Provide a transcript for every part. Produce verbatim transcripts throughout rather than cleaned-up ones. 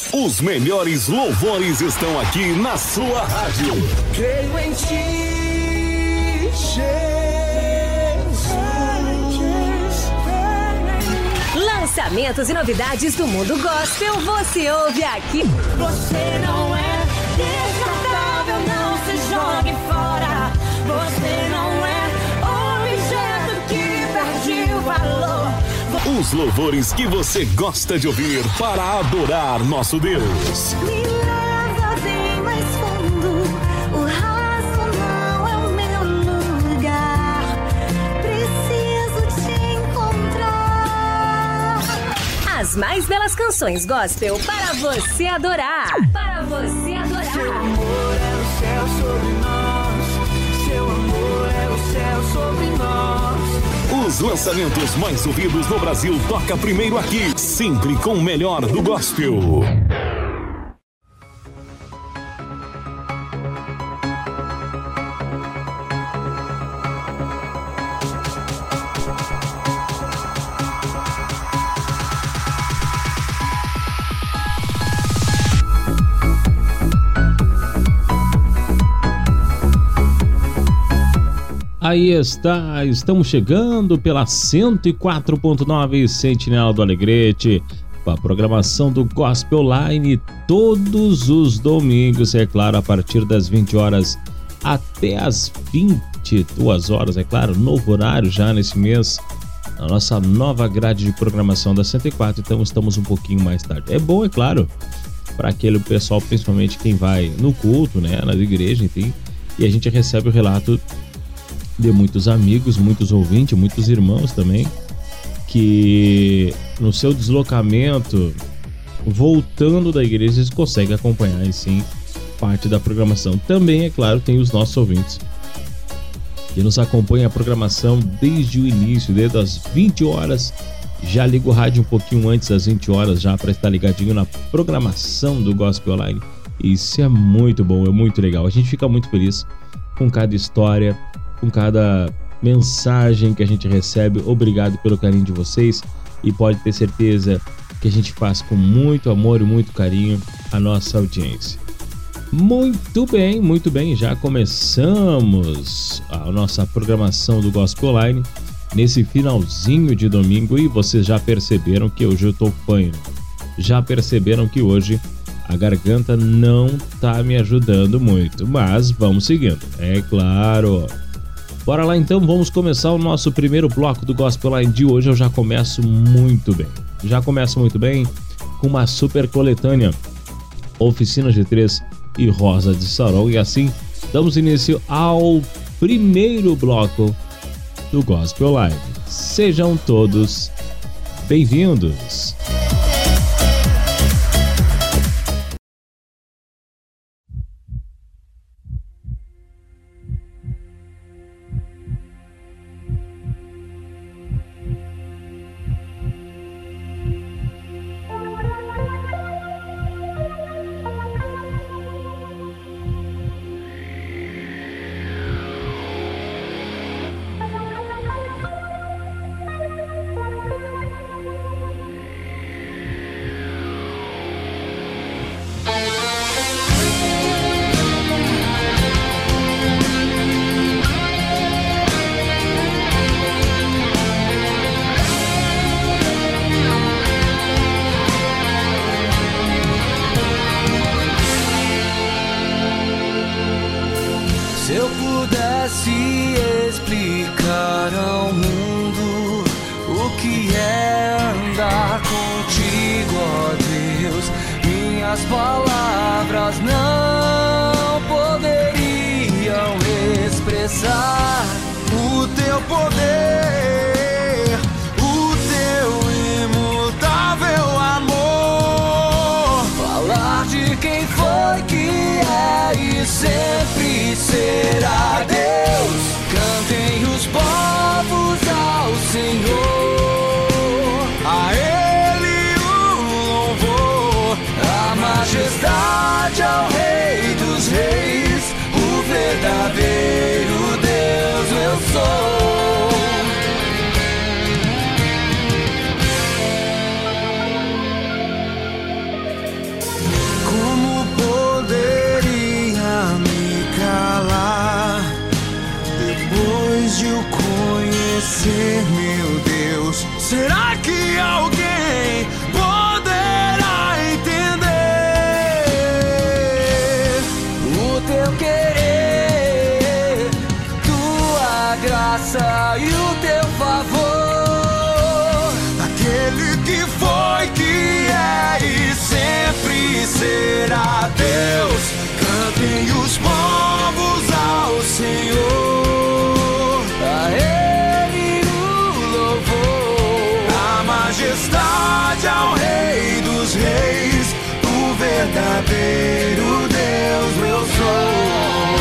Os melhores louvores estão aqui na sua rádio. Creio em ti, Jesus. Lançamentos e novidades do mundo gospel você ouve aqui. Você não é descartável, não se jogue fora. Você não é objeto que perde o valor. Os louvores que você gosta de ouvir para adorar nosso Deus. Me leva bem mais fundo, o raso não é o meu lugar. Preciso te encontrar. As mais belas canções gospel para você adorar. Para você adorar. Seu amor é o céu sobre nós. Seu amor é o céu sobre nós. Os lançamentos mais ouvidos no Brasil toca primeiro aqui, sempre com o melhor do gospel. Aí está, estamos chegando pela cento e quatro ponto nove Sentinela do Alegrete, com a programação do Gospel Line todos os domingos, é claro, a partir das vinte horas até as vinte e duas horas, é claro, novo horário já nesse mês, a nossa nova grade de programação da cento e quatro, então estamos um pouquinho mais tarde. É bom, é claro, para aquele pessoal, principalmente quem vai no culto, né, na igreja, enfim, e a gente recebe o relato de muitos amigos, muitos ouvintes, muitos irmãos também, que no seu deslocamento, voltando da igreja, eles conseguem acompanhar, e sim, parte da programação. Também, é claro, tem os nossos ouvintes, que nos acompanham a programação desde o início, desde as vinte horas, já liga o rádio um pouquinho antes das vinte horas, já para estar ligadinho na programação do Gospel Online. Isso é muito bom, é muito legal. A gente fica muito feliz com cada história, com cada mensagem que a gente recebe. Obrigado pelo carinho de vocês e pode ter certeza que a gente faz com muito amor e muito carinho a nossa audiência. Muito bem, muito bem, já começamos a nossa programação do Gospel Online nesse finalzinho de domingo e vocês já perceberam que hoje eu tô fanho. Já perceberam que hoje a garganta não tá me ajudando muito, mas vamos seguindo, é claro. Bora lá então, vamos começar o nosso primeiro bloco do Gospel Line de hoje. Eu já começo muito bem, já começo muito bem com uma super coletânea, Oficina G três e Rosa de Saron. E assim, damos início ao primeiro bloco do Gospel Line. Sejam todos bem-vindos. você, meu Deus. Será que alguém poderá entender o teu querer, tua graça e o teu favor? Aquele que foi, que é e sempre será Deus. Cantem os povos ao Senhor, a Ele o louvor, a majestade ao Rei dos Reis, o verdadeiro Deus eu sou.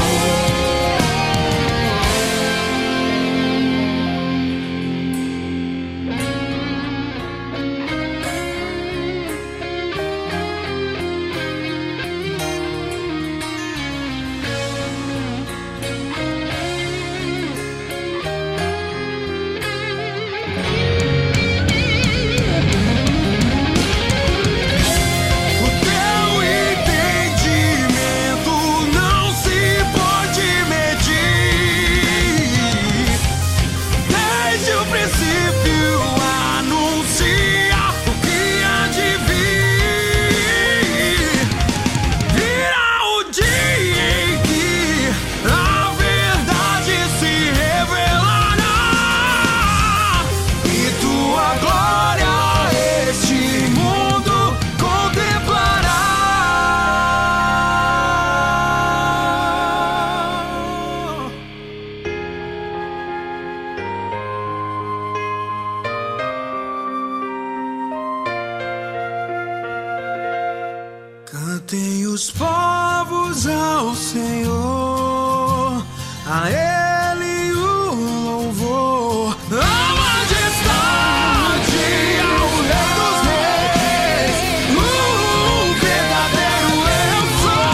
Cantem os povos ao Senhor, a Ele o louvor, a majestade ao Rei dos Reis, o verdadeiro eu sou.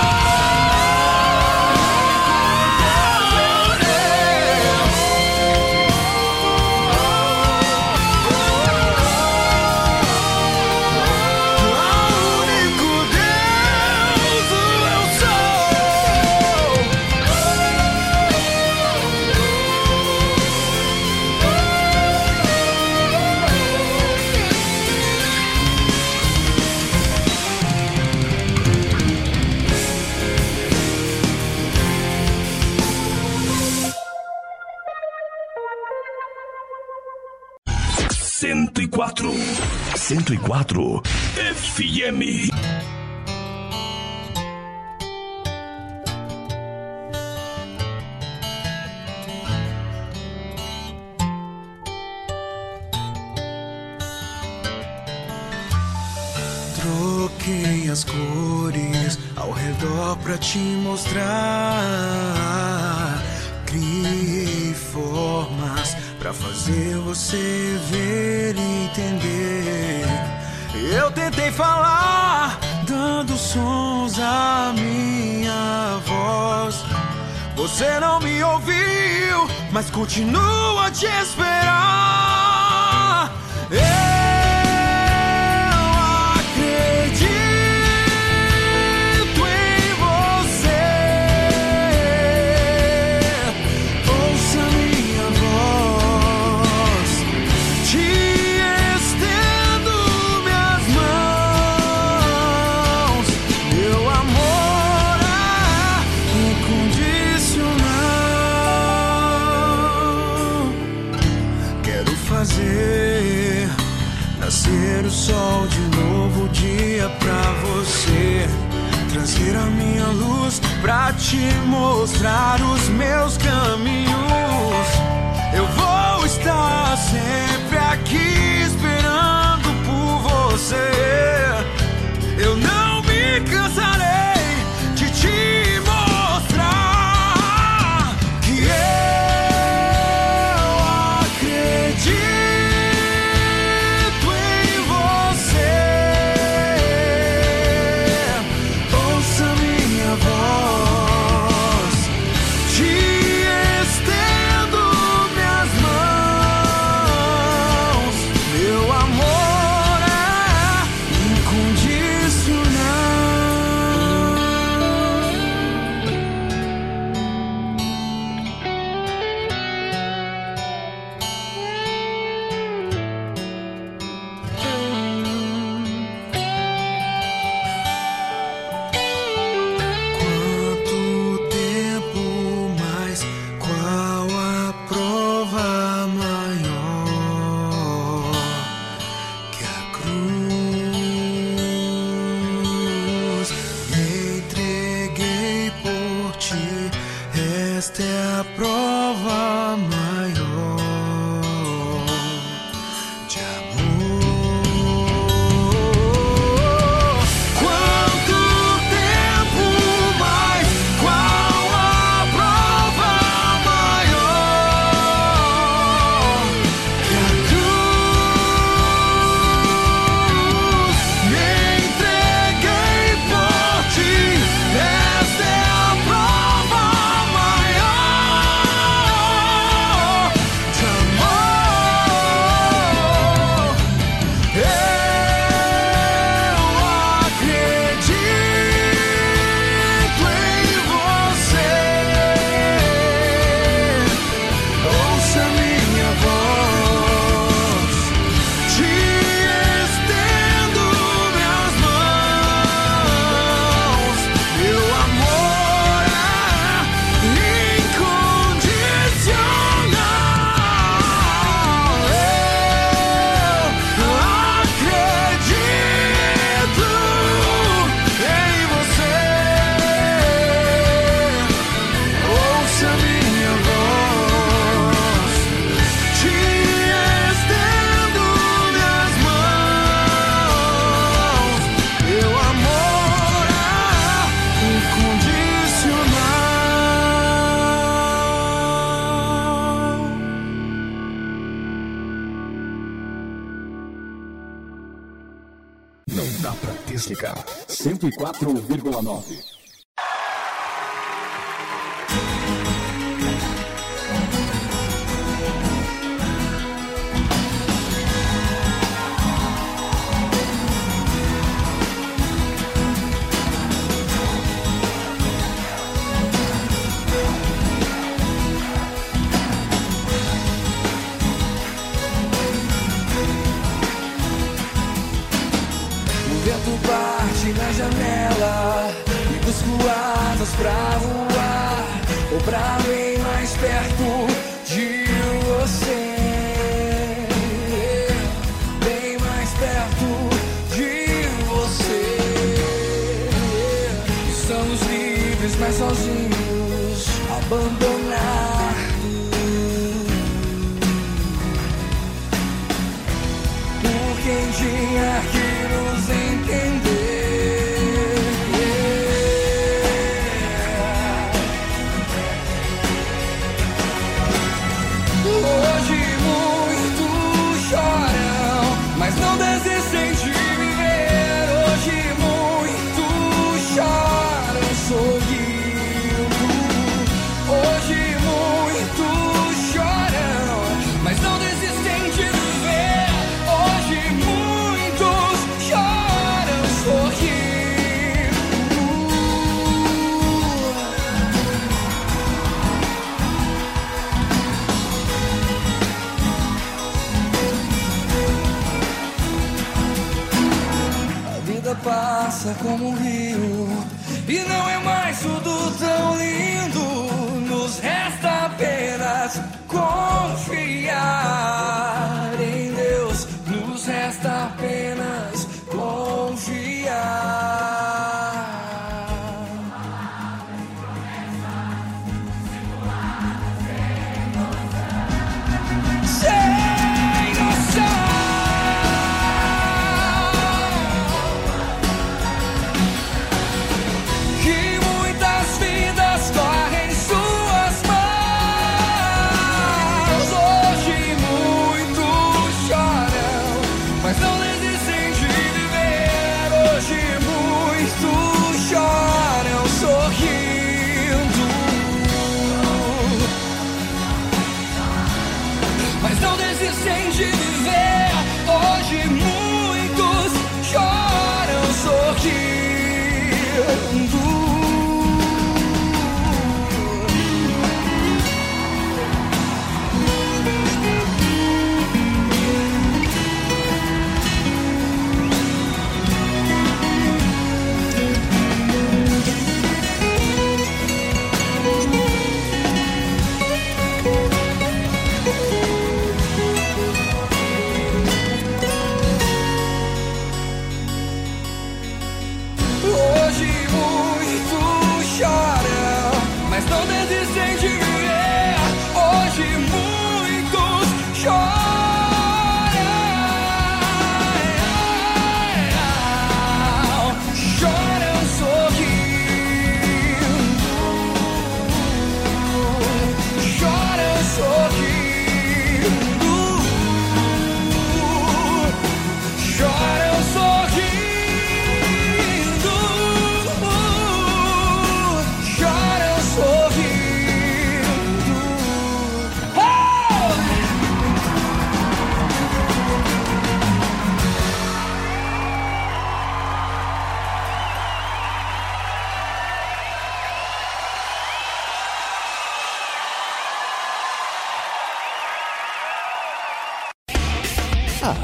cento e quatro. cento e quatro F M. Troquei as cores ao redor pra te mostrar. Criei formas pra fazer você ver e entender. Eu tentei falar, dando sons à minha voz. Você não me ouviu, mas continua a te esperar. Eu acredito em você. Ouça minha voz, te estendo minhas mãos. Meu amor é incondicional. Quero fazer nascer o sol de novo dia pra você, trazer a minha luz pra te mostrar os meus caminhos. Eu vou estar sempre aqui esperando por você. Eu não me cansarei de te mostrar que eu acredito. Te estendo minhas mãos. Me entreguei por ti, esta é a prova maior de amor. Quanto tempo mais? Qual a prova maior que a cruz? Me entreguei por ti, esta é a prova maior de amor. Eu acredito em você. Ouça minha voz, te estendo minhas mãos. Meu amor é incondicional. Eu acredito em você. Ouça minha voz, te estendo minhas mãos. Meu amor é incondicional. Não dá pra desligar. cento e quatro vírgula nove. O vento bate na janela e busco asas pra voar, ou pra bem mais perto de você, bem mais perto de você. Estamos livres, mas sozinhos, abandonar. Por quem tinha que nos entender. Hoje muitos choram, mas não desistem de viver. Hoje muitos choram sorrindo. Hoje muitos choram, mas não desistem de viver. Hoje muitos choram sorrindo. A vida passa como um rio e não é mais tudo tão lindo. Nos resta apenas confiar em Deus. Nos resta apenas confiar. Sem noção. Que muitas vidas correm em suas mãos. Hoje muitos choram, mas não desistem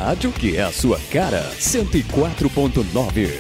rádio que é a sua cara. cento e quatro ponto nove.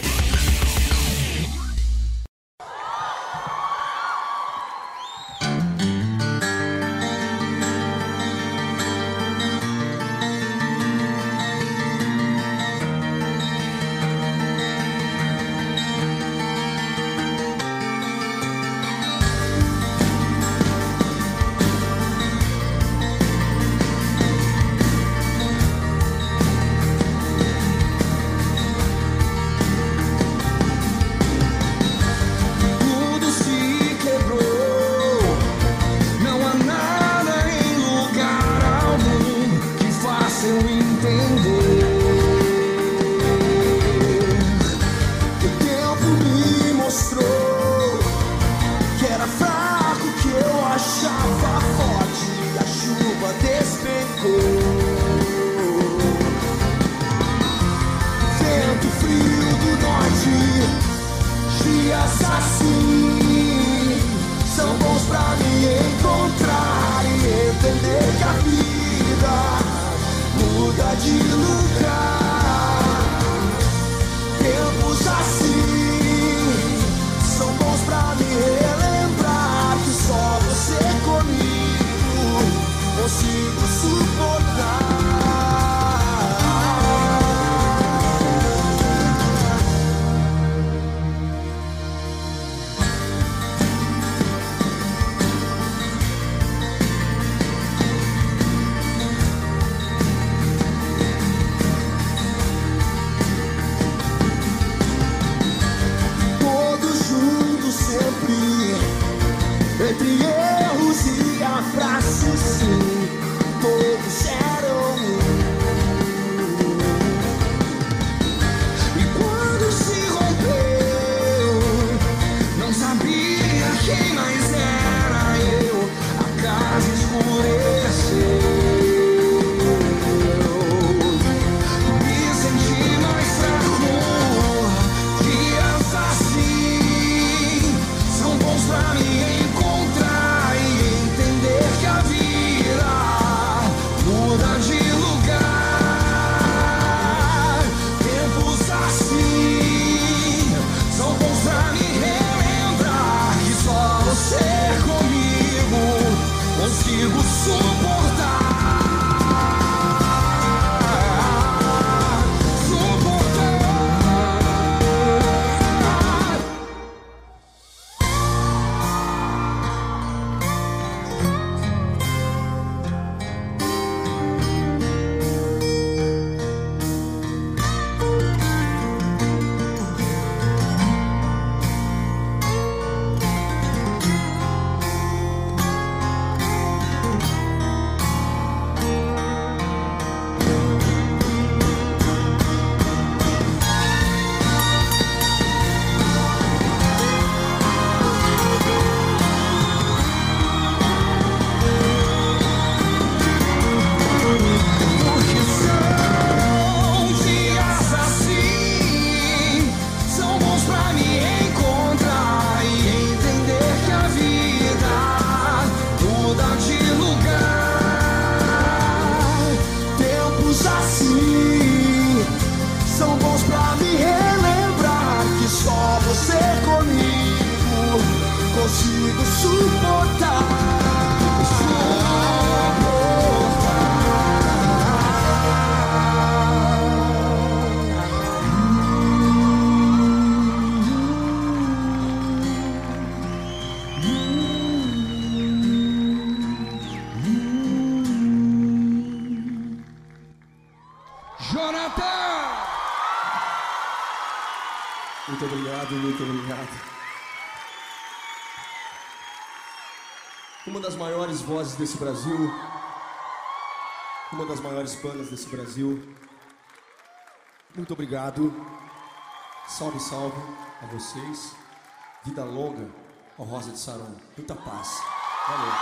Muito obrigado, muito obrigado. Uma das maiores vozes desse Brasil, uma das maiores bandas desse Brasil. Muito obrigado. Salve, salve a vocês. Vida longa ao Rosa de Saron. Muita paz. Valeu.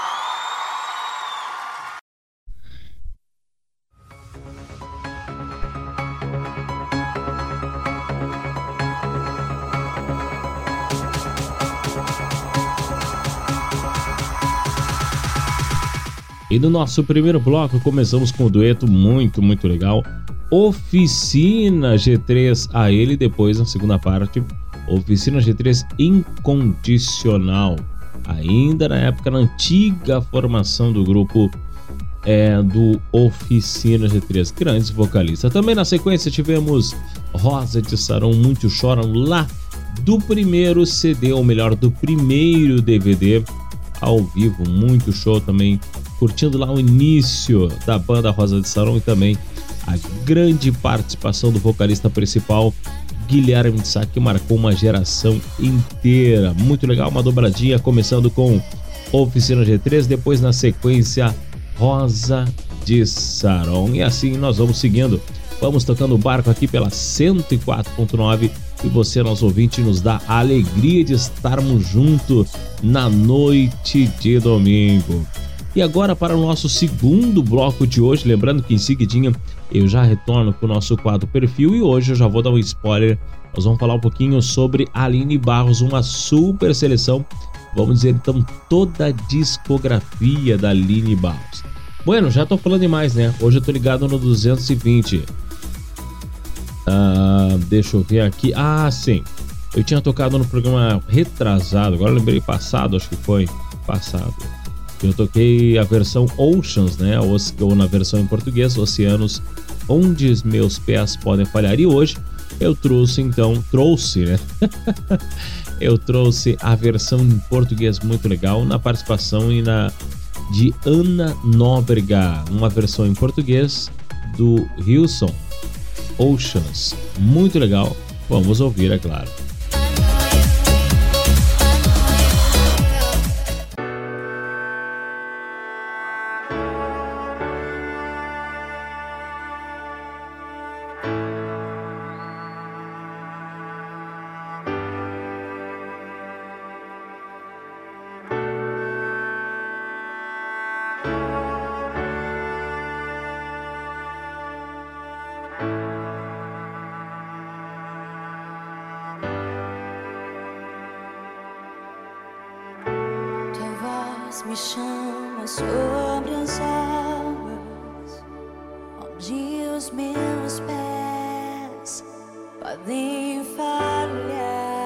E no nosso primeiro bloco começamos com um dueto muito, muito legal. Oficina G três a ele, depois na segunda parte, Oficina G três Incondicional. Ainda na época, na antiga formação do grupo é, do Oficina G três, grandes vocalistas. Também na sequência tivemos Rosa de Saron, Muitos Choram, lá do primeiro C D, ou melhor, do primeiro D V D, ao vivo, muito show também, curtindo lá o início da banda Rosa de Saron e também a grande participação do vocalista principal, Guilherme de Sá, que marcou uma geração inteira. Muito legal, uma dobradinha, começando com Oficina G três, depois na sequência Rosa de Saron. E assim nós vamos seguindo, vamos tocando o barco aqui pela cento e quatro ponto nove. E você, nosso ouvinte, nos dá a alegria de estarmos juntos na noite de domingo. E agora para o nosso segundo bloco de hoje, lembrando que em seguidinha eu já retorno com o nosso quadro Perfil e hoje eu já vou dar um spoiler. Nós vamos falar um pouquinho sobre Aline Barros, uma super seleção, vamos dizer então toda a discografia da Aline Barros. Bueno, já tô falando demais, né? Hoje eu tô ligado no duzentos e vinte. Ah, deixa eu ver aqui. Ah, sim. Eu tinha tocado no programa retrasado, agora eu lembrei passado, acho que foi passado. Eu toquei a versão Oceans, né? Ou na versão em português, Oceanos, onde os meus pés podem falhar. E hoje eu trouxe, então, trouxe, né? eu trouxe a versão em português muito legal, na participação e na de Ana Nóbrega, uma versão em português do Hilson. Oceans, muito legal, vamos ouvir, é claro. Me chama sobre as águas, onde os meus pés podem falhar,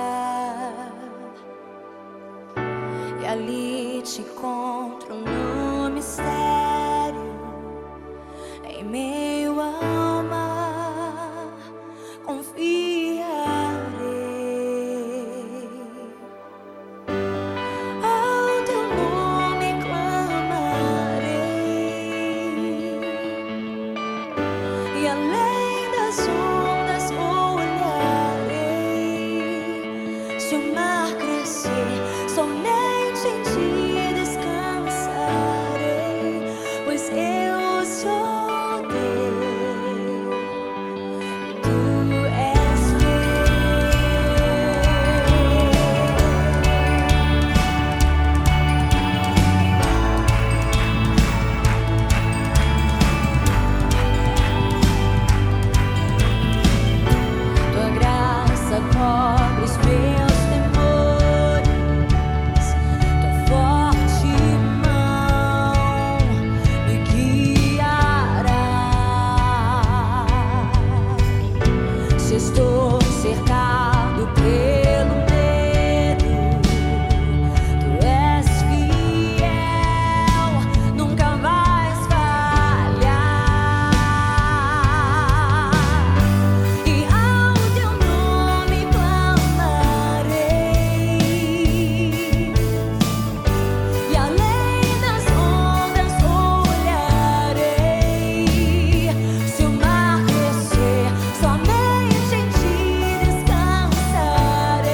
e ali te encontro no mistério, em meio ao mar, confiarei. Somente em ti descansarei.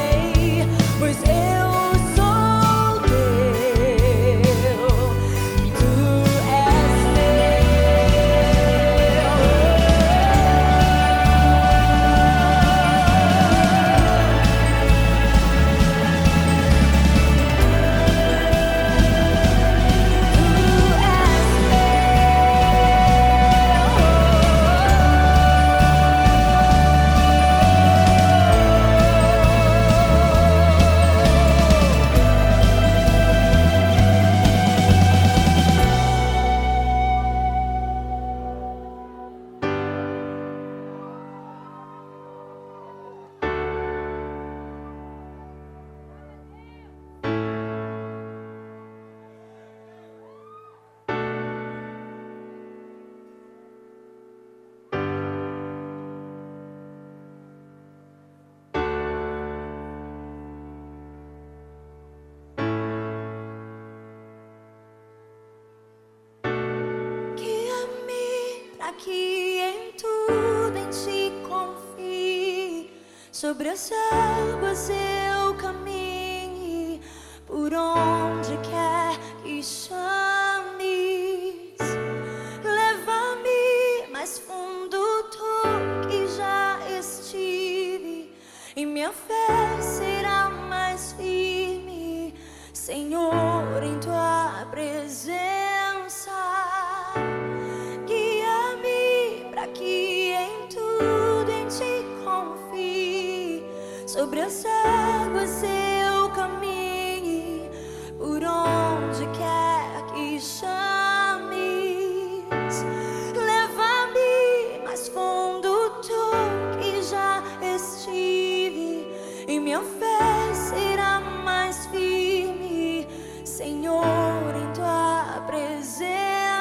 que em tudo em ti confie. Sobre as águas eu caminhe, por onde quer que chames. Leva-me mais fundo do que já estive, e minha fé será mais firme, Senhor, em tua presença. Guia-me para que em tudo em ti confie. Sobre as águas eu caminhe, por onde quer que chames. Leva-me mais fundo do que já estive, e minha fé será mais firme, Senhor, em tua presença.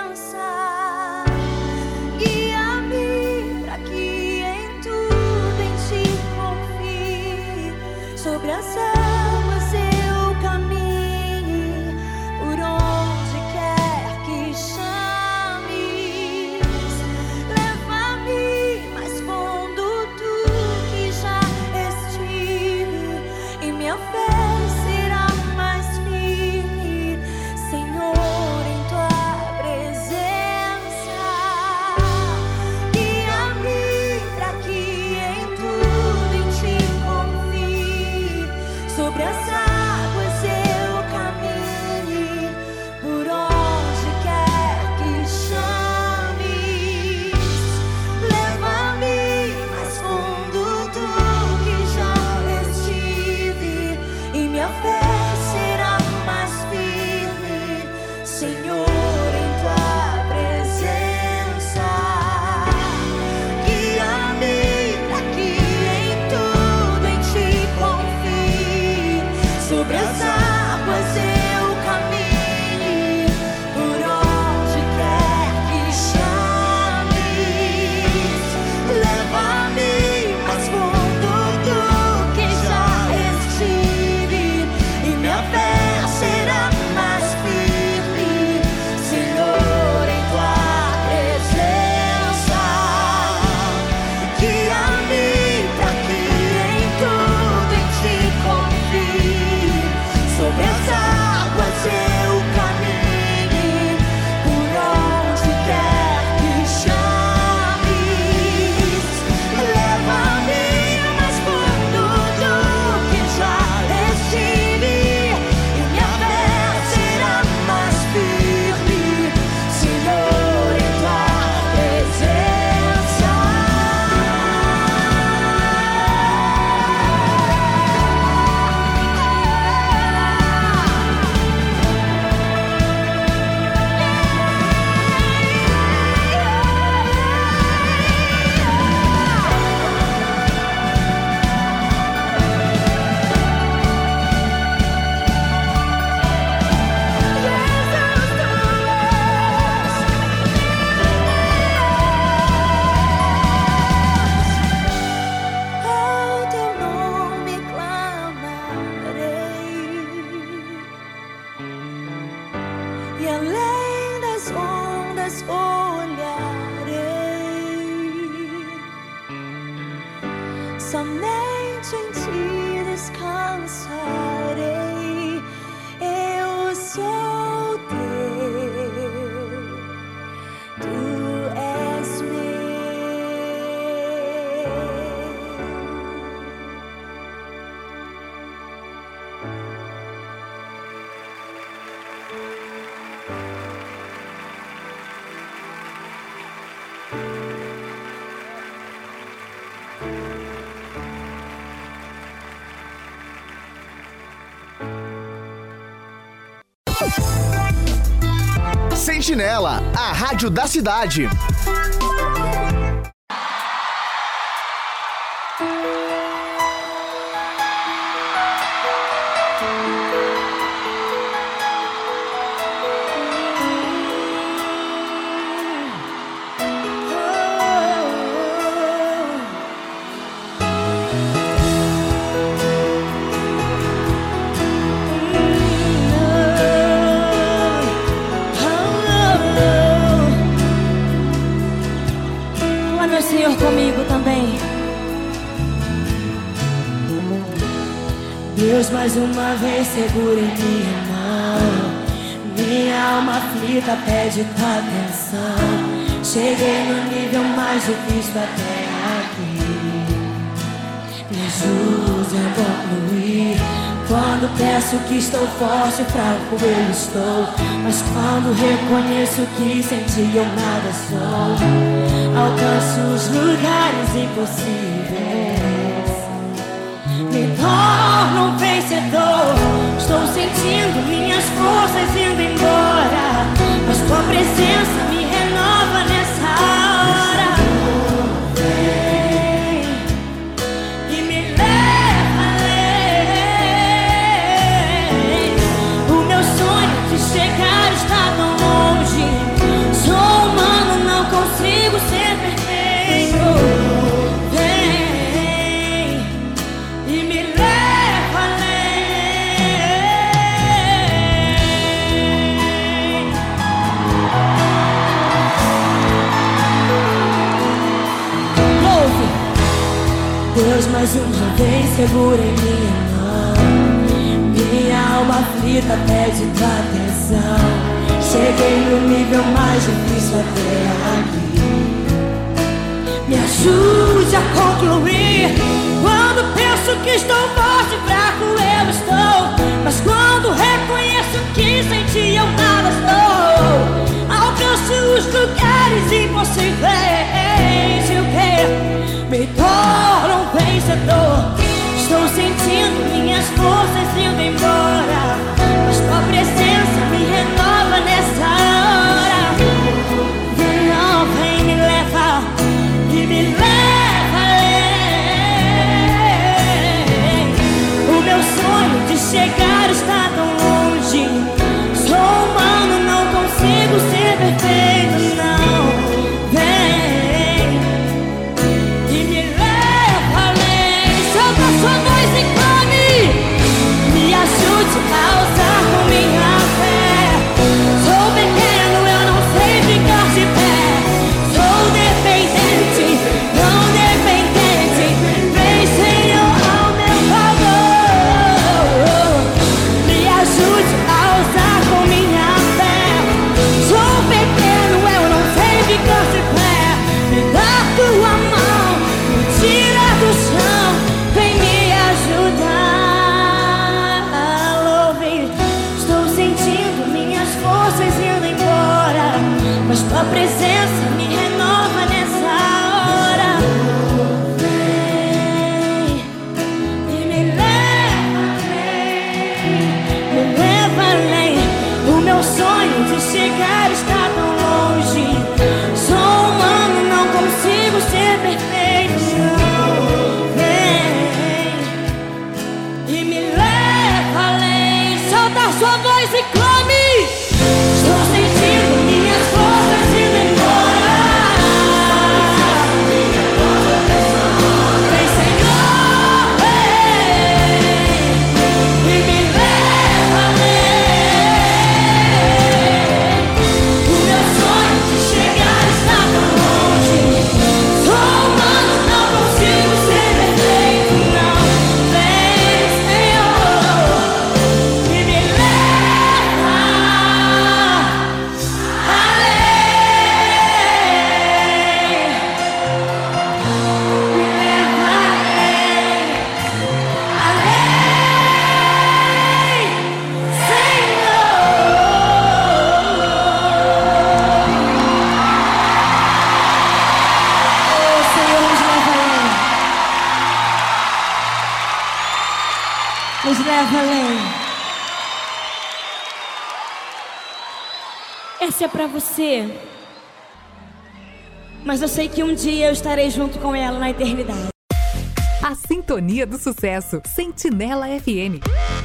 Guia-me para que em tudo em ti confie. Sobre as águas eu caminhe, por onde quer que chames. Leva-me mais fundo do que já estive, e minha fé será mais firme, Senhor, em tua presença. Guia-me para que em tudo em ti confie. Sobre as águas eu caminhe, por onde quer que chames. Leva-me mais fundo do que já estive, e minha fé será mais firme, Senhor, em tua presença. Guia-me para que em tudo em ti confie. Sobre as águas eu caminhe, por onde quer que chames. Leva-me mais fundo do que já estive, e minha fé será mais firme, Senhor, em tua presença. Guia-me para que em tudo em ti confie. Sobre as águas eu caminhe, por onde quer que chames. Leva-me mais fundo do que já estive, e minha fé será mais firme, Senhor, em tua presença. Ao teu nome clamarei, e além das ondas olharei. Somente em ti descansarei. Eu sou teu, tu és meu. Sentinela, a rádio da cidade. Deus, mais uma vez segura em minha mão. Minha alma aflita pede tua atenção. Cheguei no nível mais difícil até aqui. Me ajude a concluir. Quando peço que estou forte, fraco eu estou. Mas quando reconheço que sem ti eu nada sou, alcanço os lugares impossíveis. Me torno um vencedor. Estou sentindo minhas forças indo embora, mas tua presença me renova nessa hora. Vem e me leva além. O meu sonho de chegar está tão longe. Sou humano, não consigo ser perfeito. Vem e me leva além. Louve Deus, mais uma vez segura em minha mão. Minha alma aflita pede tua atenção. Cheguei no nível mais difícil até aqui. Me ajude a concluir. Quando penso que estou forte, fraco eu estou. Mas quando reconheço que sem ti eu nada sou, alcanço os lugares impossíveis. E o que? Me torno um vencedor. Estou sentindo minhas forças indo embora, mas tua presença me renova nessa hora. Não, vem me levar e me leva além. O meu sonho de chegar está tão longe. Sou humano, não consigo ser perfeito, não. Vem e me leva além. Solta sua voz e clame. Me ajude a usar com minha fé. Sou pequeno, eu não sei ficar de pé. Sou dependente, não dependente. Vem, Senhor, ao meu favor. Me ajude a usar com minha fé. Sou pequeno, eu não sei ficar de pé. Me dá tua mão, me tira do chão. Vem me ajudar. Louve. Estou sentindo minhas forças indo embora, mas tua presença me renova nessa hora. Vem e me leva além. Me leva além. O meu sonho de chegar está tão longe. Sou humano, não consigo ser perfeito, não. Vem e me leva além. Solta sua voz e clame. Estou sentindo minhas forças indo embora. Vem, Senhor, vem e me leva além. O meu sonho de chegar está tão longe. Sou humano, não consigo ser perfeito, não. Vem, Senhor, e me leva nos leva além. Essa é pra você, mas eu sei que um dia eu estarei junto com ela na eternidade. A sintonia do sucesso, Sentinela F M.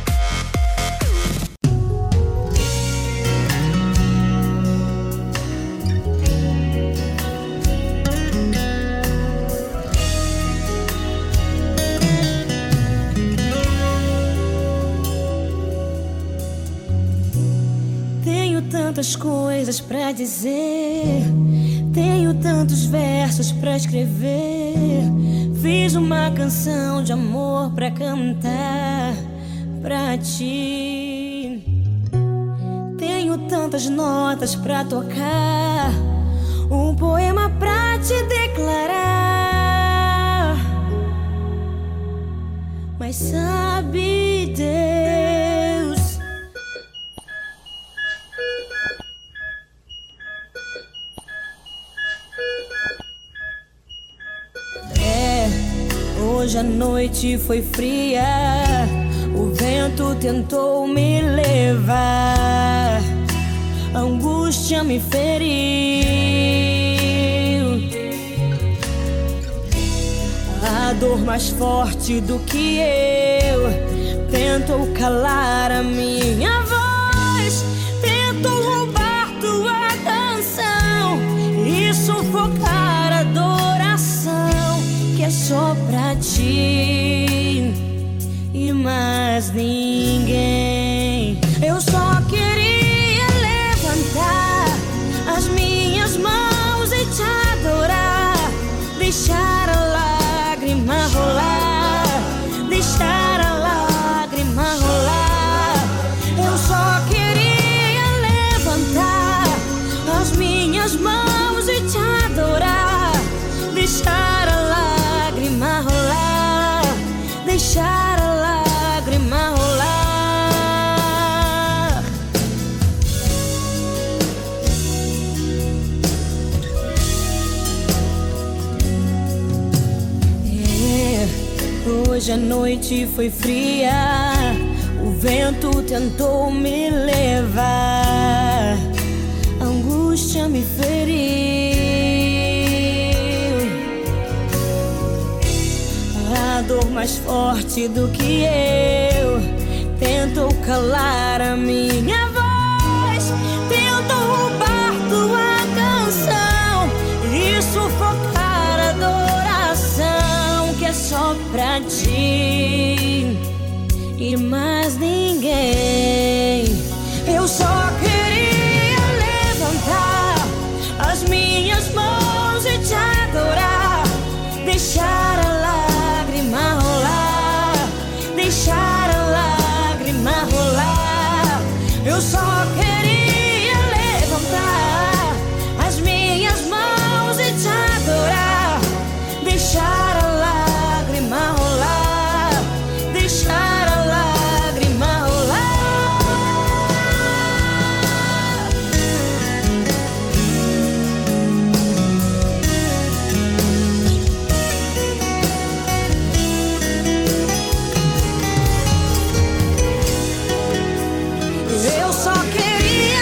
Tenho tantas coisas pra dizer, tenho tantos versos pra escrever. Fiz uma canção de amor pra cantar, pra ti. Tenho tantas notas pra tocar, um poema pra te declarar. Mas sabe Deus, é, hoje a noite foi fria, o vento tentou me levar, a angústia me feriu, a dor mais forte do que eu tentou calar a minha voz, tentou roubar tua canção e sufocar a adoração que é só pra ti e mais ninguém. Eu só queria levantar as minhas mãos e te adorar, deixar a lágrima rolar, deixar a lágrima rolar. Eu só queria levantar as minhas mãos e te adorar, deixar a lágrima rolar, deixar a lágrima rolar. É, hoje a noite foi fria, o vento tentou me levar, a angústia me feriu, a dor mais forte do que eu tentou calar a minha voz, tentou roubar tua canção e sufocar a adoração que é só pra ti e mais ninguém. Eu só queria levantar as minhas mãos e te adorar, deixar a lágrima rolar, deixar a lágrima rolar. Eu só queria levantar as minhas mãos e te adorar, deixar a lágrima rolar, deixar a lágrima rolar. Eu só queria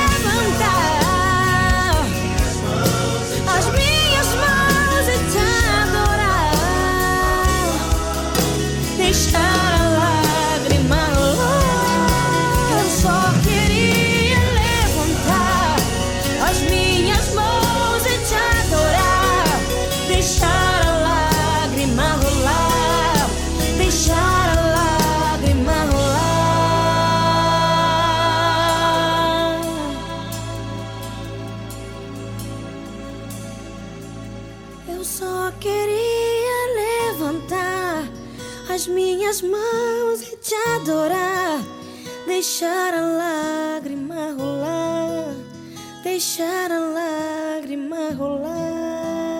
levantar as minhas mãos e te adorar, deixar a lágrima rolar. Eu só queria levantar as minhas mãos e te adorar, deixar a lágrima rolar, deixar a lágrima rolar. Eu só queria levantar as minhas mãos e te adorar, deixar a lágrima rolar, deixar a lágrima rolar.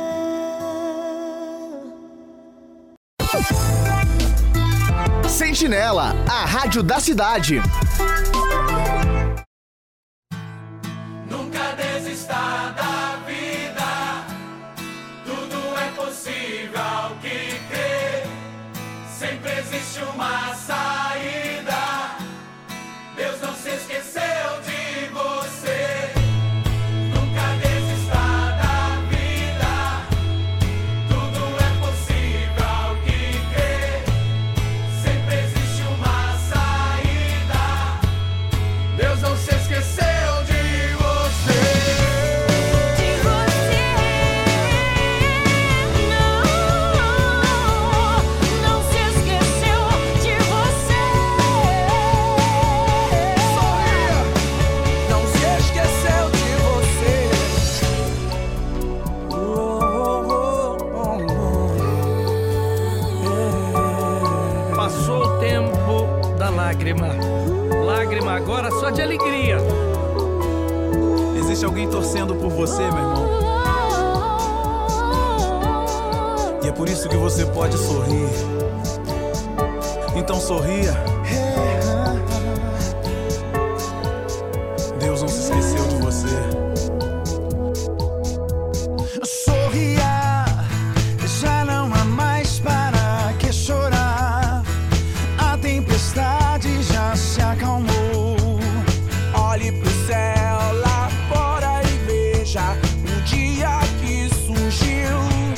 Sentinela, a rádio da cidade. Nunca desista da vida, tudo é possível ao que crer. Sempre existe uma saída, Deus não se esqueceu de você. Nunca desista da vida, tudo é possível ao que crer. Sempre existe uma saída, Deus não se esqueceu de você. De você, não, não se esqueceu de você. Não se esqueceu de você. Oh, oh, oh, oh, oh. Passou o tempo da a lágrima. Lágrima agora só de alegria. Existe alguém torcendo por você, meu irmão. E é por isso que você pode sorrir. Então sorria. Deus não se esqueceu de você. Sorria, já não há mais para que chorar. A tempestade já se acalmou. Olhe pro céu lá fora e veja o dia que surgiu.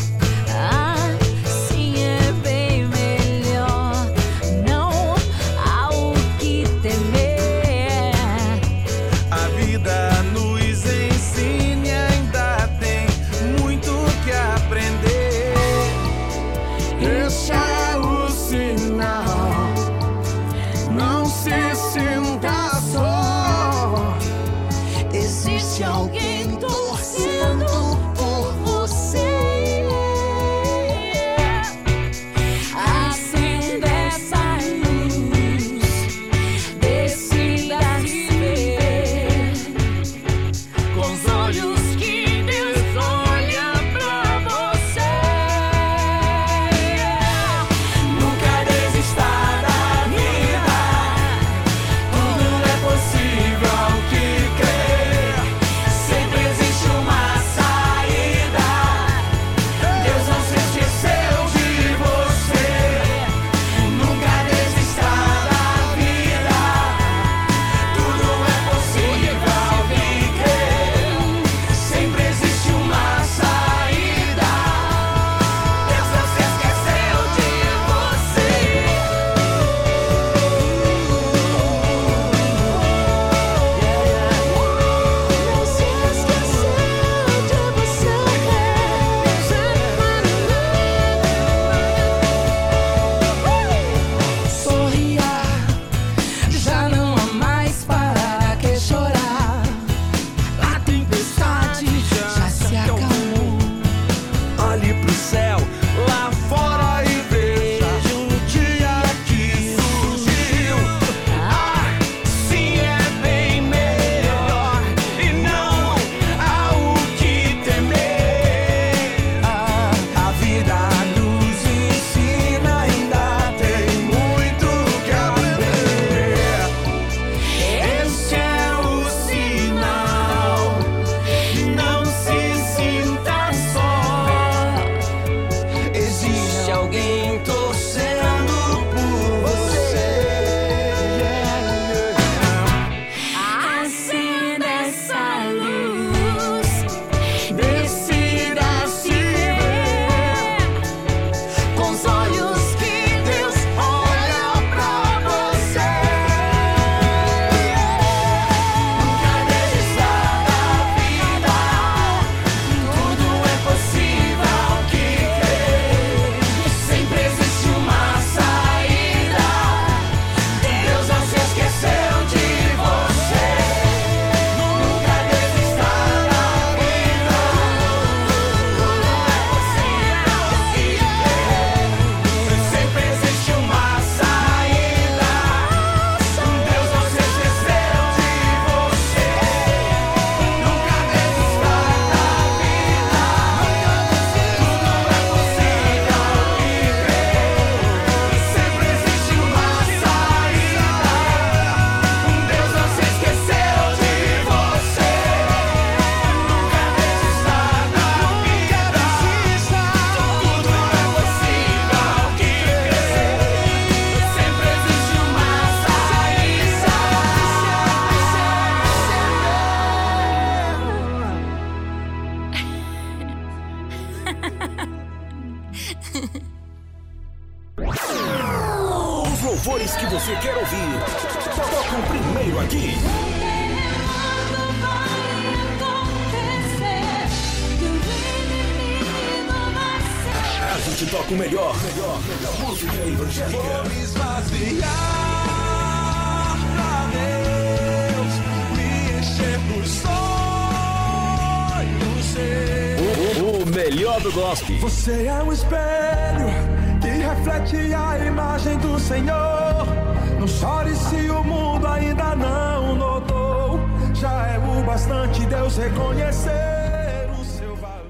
Assim é bem melhor, não há o que temer. A vida nos ensina e ainda tem muito que aprender. Esse é o sinal, não se sinta só. Existe alguém torcendo por você. Acenda essa luz, decida se ver com os olhos que Deus olha pra você. Nunca desista da vida, tudo é possível ao que crer. Sempre existe uma saída, Deus não se esqueceu de você. Nunca desista da vida, tudo é possível ao que crer. Sempre existe uma saída, Deus não se esqueceu de você. Sorria, já não há mais para que chorar. A tempestade já se acalmou. Olhe pro céu lá fora e veja o dia que surgiu. Assim é bem melhor e não há o que temer. A vida nos ensina, ainda tem muito que aprender. Esse é o sinal, não se sinta só. Existe alguém torcendo por você. Acenda essa luz, Decida se ver com os olhos que Deus olha pra você. Nunca desista da vida, tudo é possível ao que crer. Sempre existe uma saída, Deus não se esqueceu de você. Nunca desista da vida, tudo é possível ao que crer. Sempre existe uma saída, Deus não se esqueceu de você. Nunca desista da vida, tudo é possível ao que crer. Sempre existe uma saída, Deus não se esqueceu de você. Nunca desista da vida, tudo é possível ao que crer. Sempre existe uma Os louvores que você quer ouvir, tocam primeiro aqui. A gente toca o melhor, melhor, melhor música evangélica. Vou esvaziar pra Deus, me encher por sonhos seus. O, o melhor do gospel. Você é um espelho que reflete a imagem do Senhor. Não chore se o mundo ainda não notou. Já é o bastante Deus reconhecer o seu valor.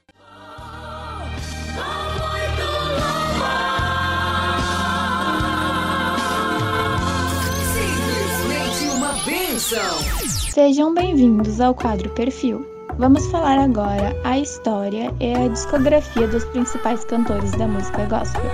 Simplesmente uma bênção. Sejam bem-vindos ao quadro Perfil. Vamos falar agora a história e a discografia dos principais cantores da música gospel.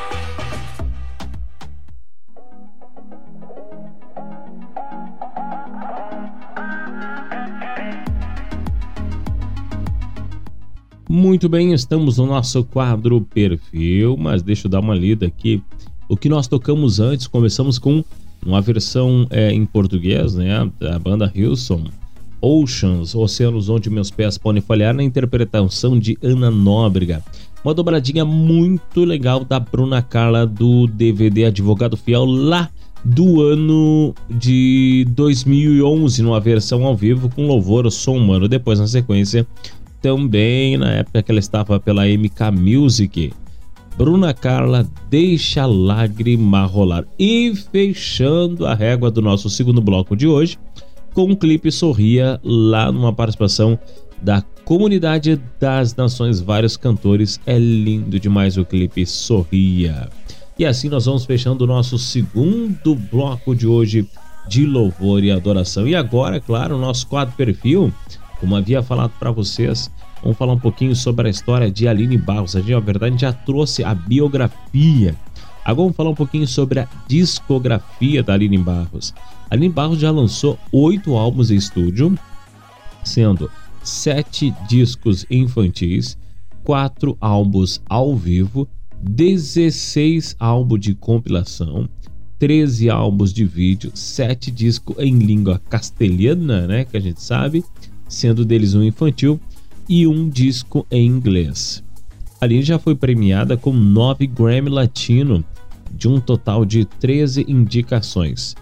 Muito bem, estamos no nosso quadro Perfil, mas deixa eu dar uma lida aqui. O que nós tocamos antes, começamos com uma versão é, em português, né, da banda Hillsong, Oceans, Oceanos Onde Meus Pés Podem Falhar, na interpretação de Ana Nóbrega. Uma dobradinha muito legal da Bruna Carla do D V D Advogado Fiel, lá do ano de dois mil e onze, numa versão ao vivo com louvor, som humano. Depois, na sequência, também na época que ela estava pela M K Music, Bruna Carla, Deixa a Lágrima Rolar. E fechando a régua do nosso segundo bloco de hoje, com o clipe Sorria, lá numa participação da Comunidade das Nações, vários cantores. É lindo demais o clipe Sorria. E assim nós vamos fechando o nosso segundo bloco de hoje de louvor e adoração. E agora, claro, o nosso quadro Perfil, como havia falado para vocês, vamos falar um pouquinho sobre a história de Aline Barros. A gente, na verdade, já trouxe a biografia. Agora vamos falar um pouquinho sobre a discografia da Aline Barros. A Aline Barros já lançou oito álbuns em estúdio, sendo sete discos infantis, quatro álbuns ao vivo, dezesseis álbuns de compilação, treze álbuns de vídeo, sete discos em língua castelhana, né, que a gente sabe, sendo deles um infantil e um disco em inglês. A Aline já foi premiada com nove Grammy Latino, de um total de treze indicações,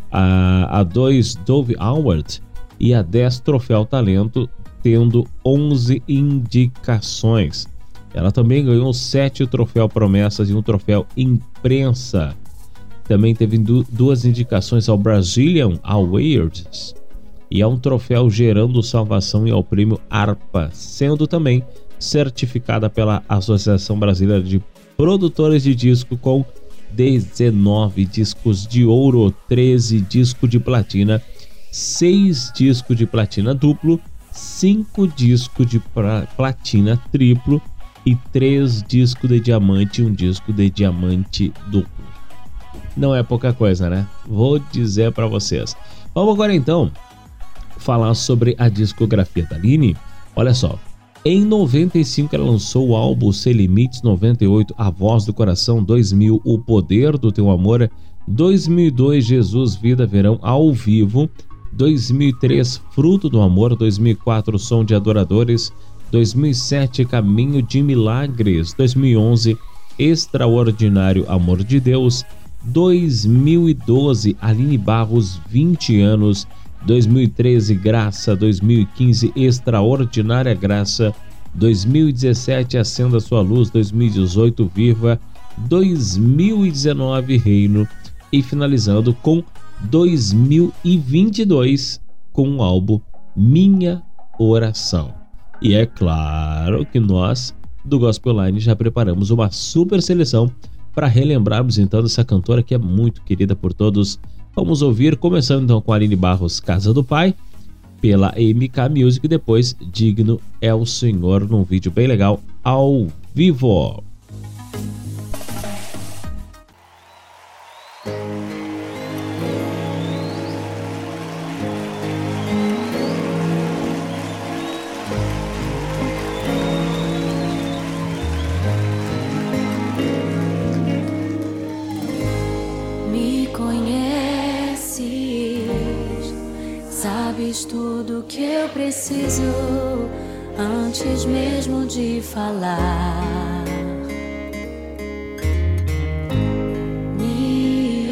a, a dois Dove Award e a dez Troféu Talento, tendo onze indicações. Ela também ganhou sete Troféu Promessas e um Troféu Imprensa. Também teve du- duas indicações ao Brazilian Awards e a um Troféu Gerando Salvação e ao Prêmio ARPA, sendo também certificada pela Associação Brasileira de Produtores de Disco com dezenove discos de ouro, treze discos de platina, seis discos de platina duplo, cinco discos de pra- platina triplo e três discos de diamante e um disco de diamante duplo. Não é pouca coisa, né? Vou dizer para vocês. Vamos agora então falar sobre a discografia da Aline. Olha só, em noventa e cinco ela lançou o álbum Sem Limites, noventa e oito A Voz do Coração, dois mil O Poder do Teu Amor, dois mil e dois Jesus, Vida, Verão ao Vivo, dois mil e três Fruto do Amor, dois mil e quatro Som de Adoradores, dois mil e sete Caminho de Milagres, dois mil e onze Extraordinário Amor de Deus, dois mil e doze Aline Barros, vinte anos, dois mil e treze Graça, dois mil e quinze Extraordinária Graça, dois mil e dezessete Acenda Sua Luz, dois mil e dezoito Viva, dois mil e dezenove Reino e finalizando com dois mil e vinte e dois com o álbum Minha Oração. E é claro que nós do Gospel Line já preparamos uma super seleção para relembrarmos então essa cantora que é muito querida por todos. Vamos ouvir, começando então com a Aline Barros, Casa do Pai, pela M K Music, e depois Digno é o Senhor, num vídeo bem legal ao vivo. Sabes tudo que eu preciso antes mesmo de falar. Me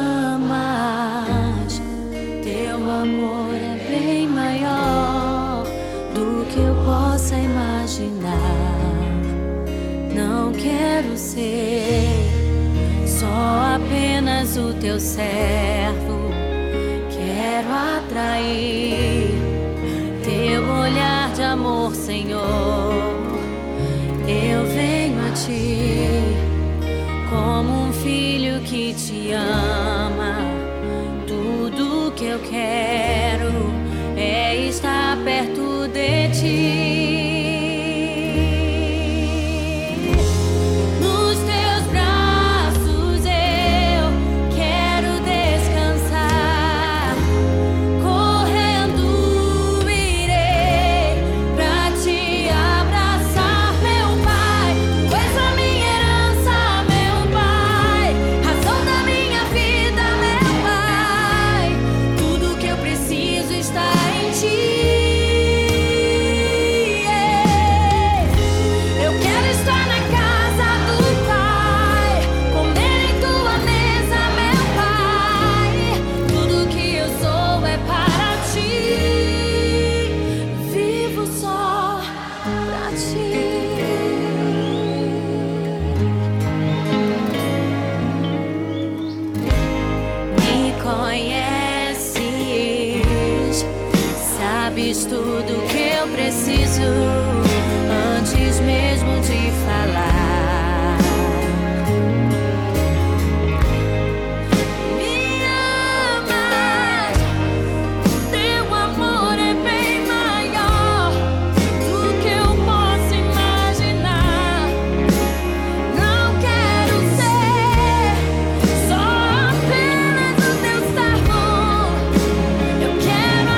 amas, teu amor é bem maior do que eu possa imaginar. Não quero ser só apenas és o teu servo, quero atrair teu olhar de amor, Senhor. Eu venho a ti como um filho que te ama. Tudo que eu quero é estar perto de ti. Tudo que eu preciso antes mesmo de falar. Me amas, teu amor é bem maior do que eu posso imaginar. Não quero ser só apenas o teu servo. Eu quero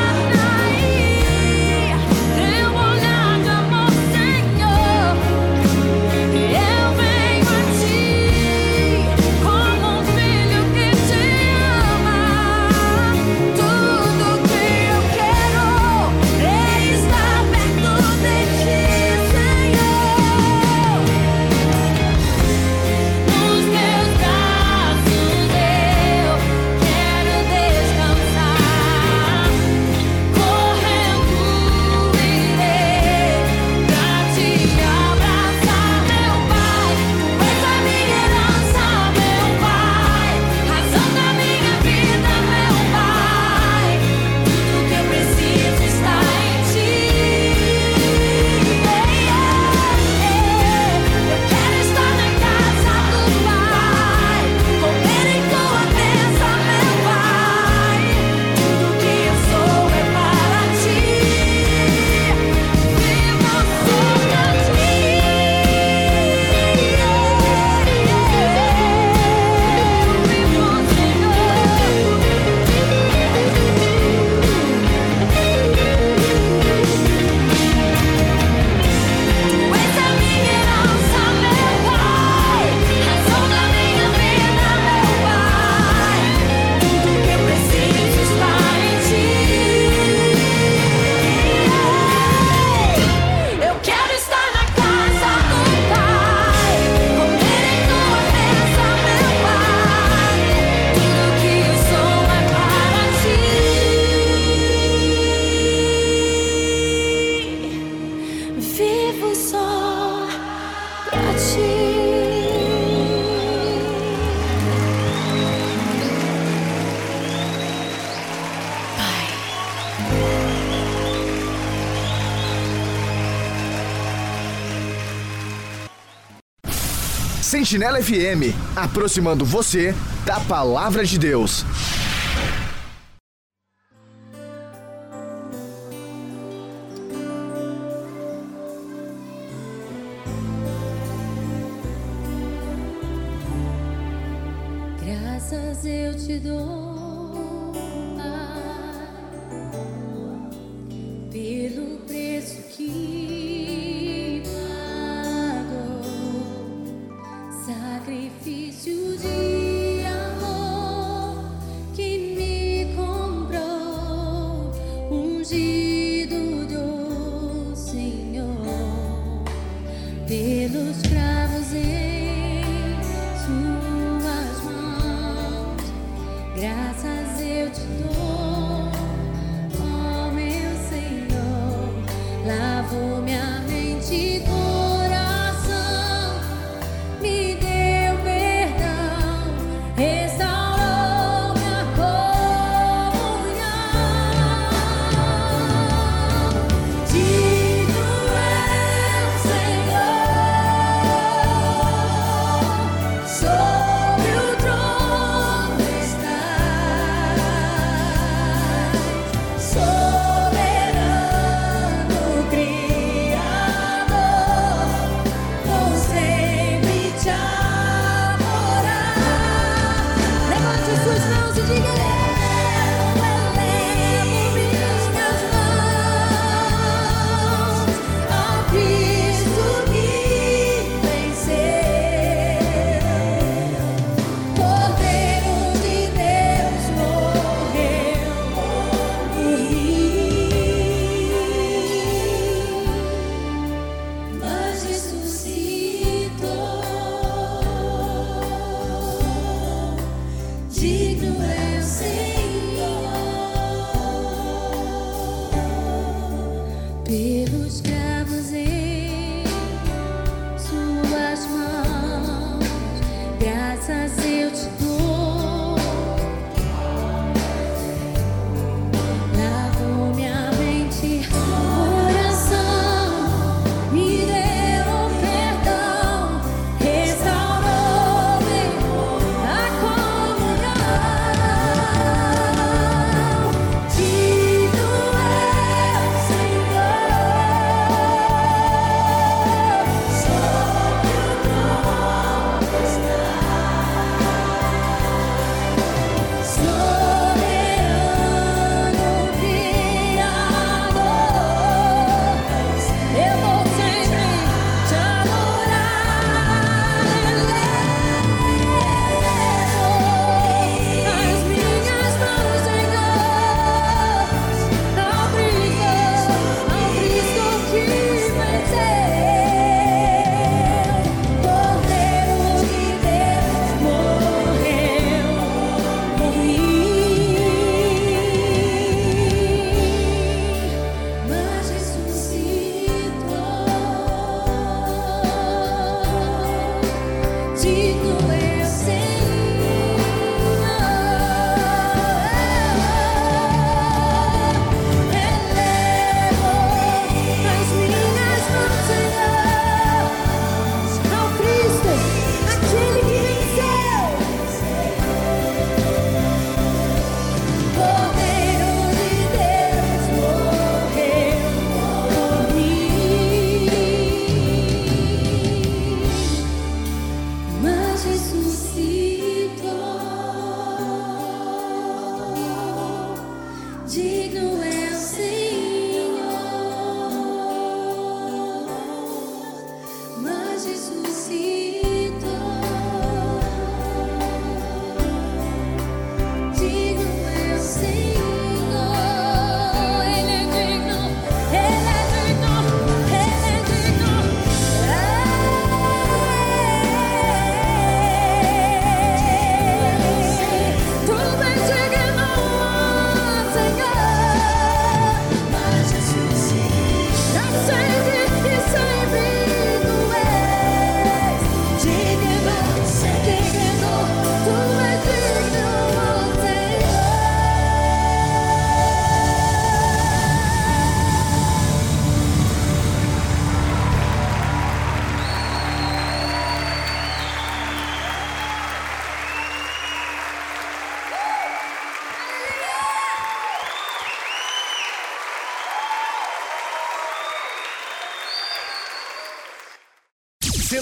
Sentinela F M, aproximando você da Palavra de Deus. Graças eu te dou, Pai, pelo preço que pagou, sacrifício de amor que me comprou, ungido do Senhor, pelos cravos em suas mãos. Graças eu te dou, ó meu Senhor, lavou minha mente e coração, me deu perdão, restaurou.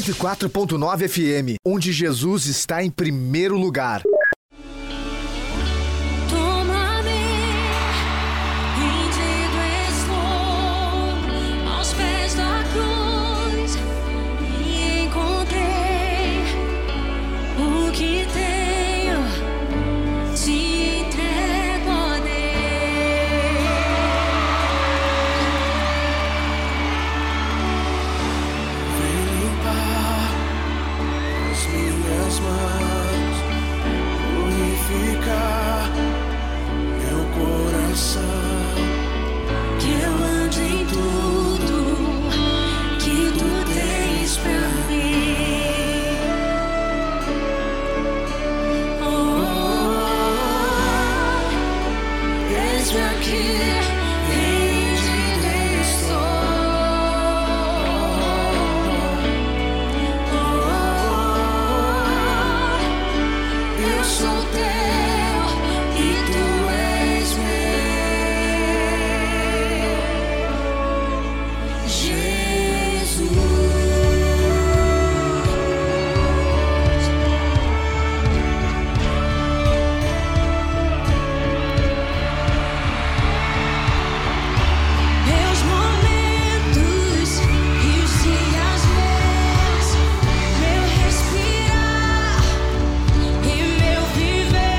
cento e quatro ponto nove F M, onde Jesus está em primeiro lugar. Meu respirar e meu viver.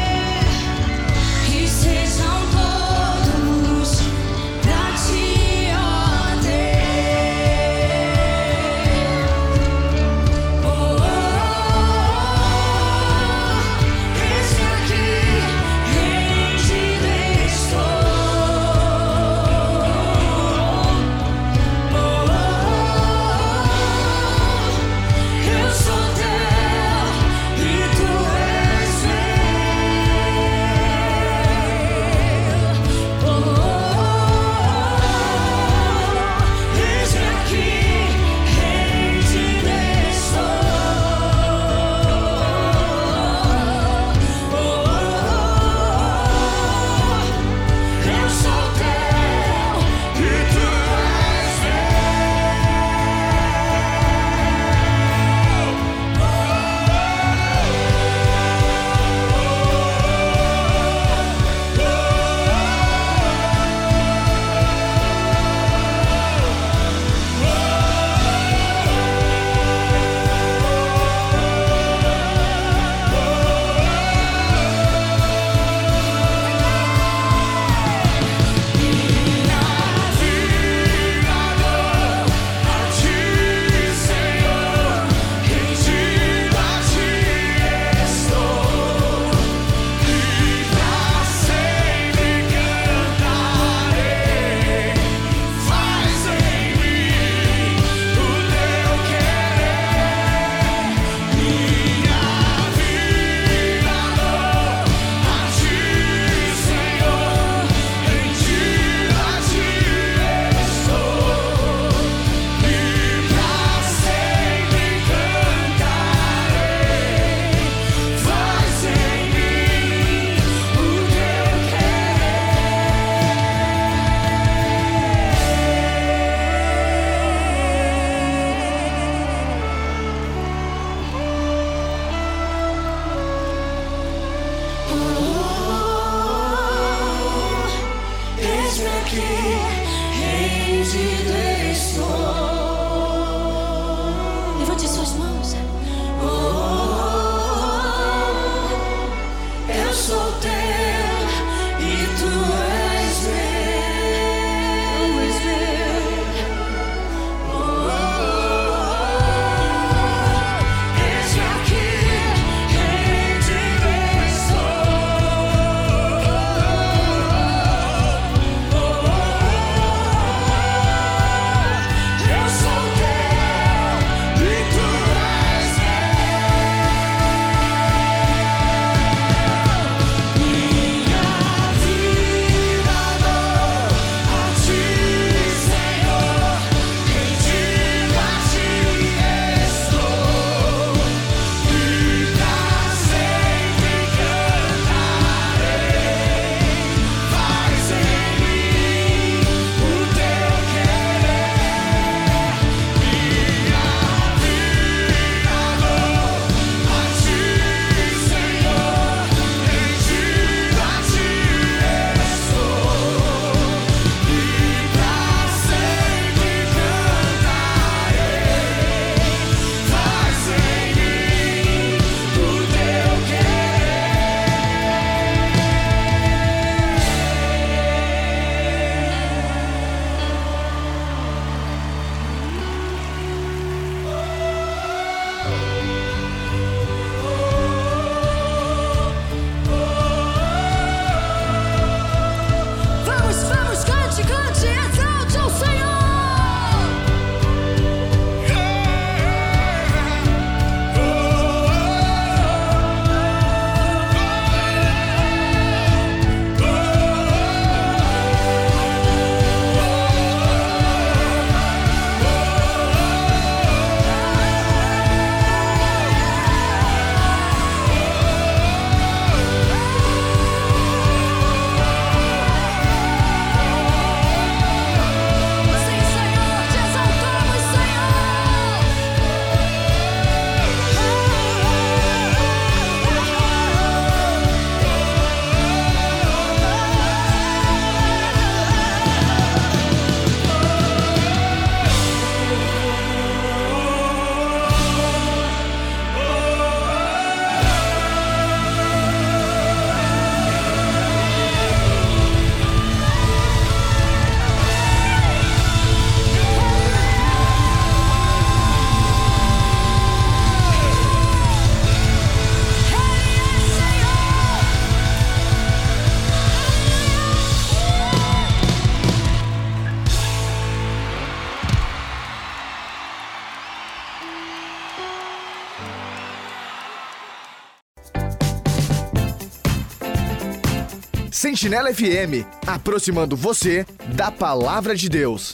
Sentinela F M, aproximando você da Palavra de Deus.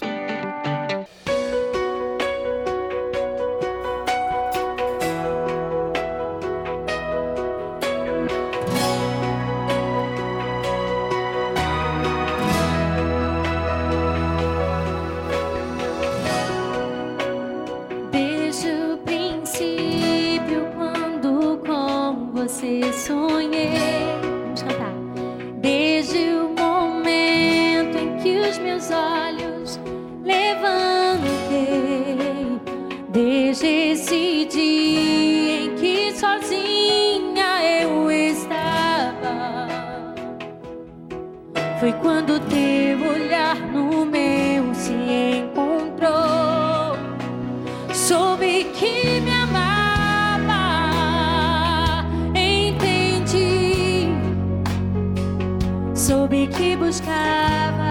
Foi quando teu olhar no meu se encontrou. Soube que me amava, entendi. Soube que buscava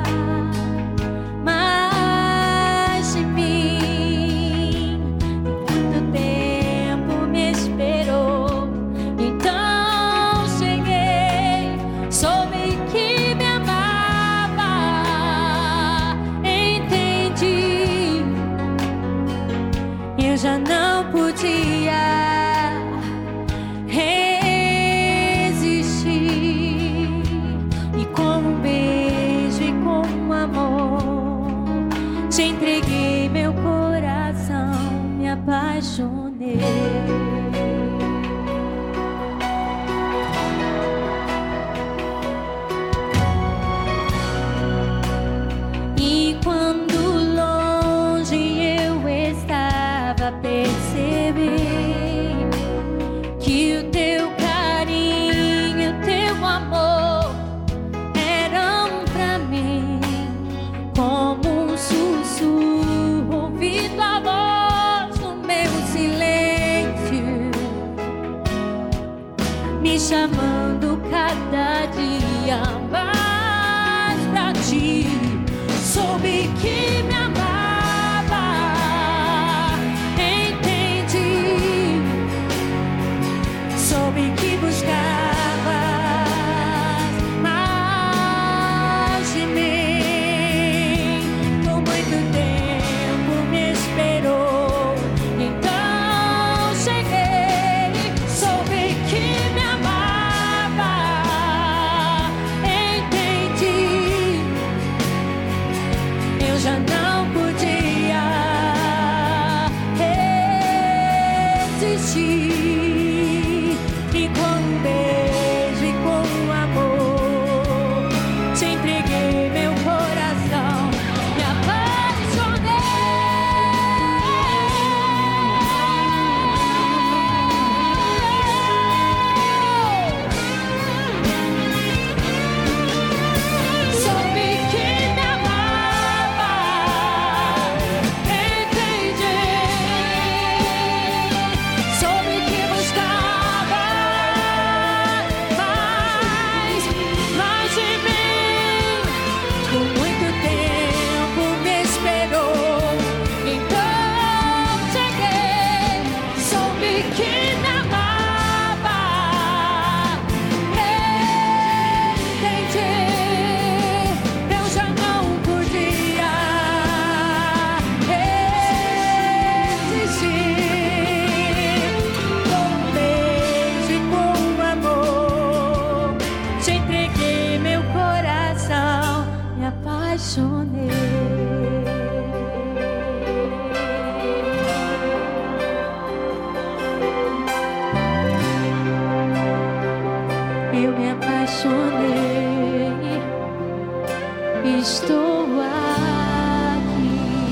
mais de mim. Muito tempo me esperou, então cheguei. Soube que já não podia resistir, e com um beijo e com um amor te entreguei meu coração, me apaixonei. E quando percebi que o teu carinho, o teu amor eram pra mim como um sussurro, ouvindo a voz no meu silêncio, me chamando cada dia mais pra ti. Soube que me amava, soube que buscava mais de mim. Por muito tempo me esperou, então cheguei. Soube que me amava, entendi. Eu já não podia resistir. Eu me apaixonei, estou aqui.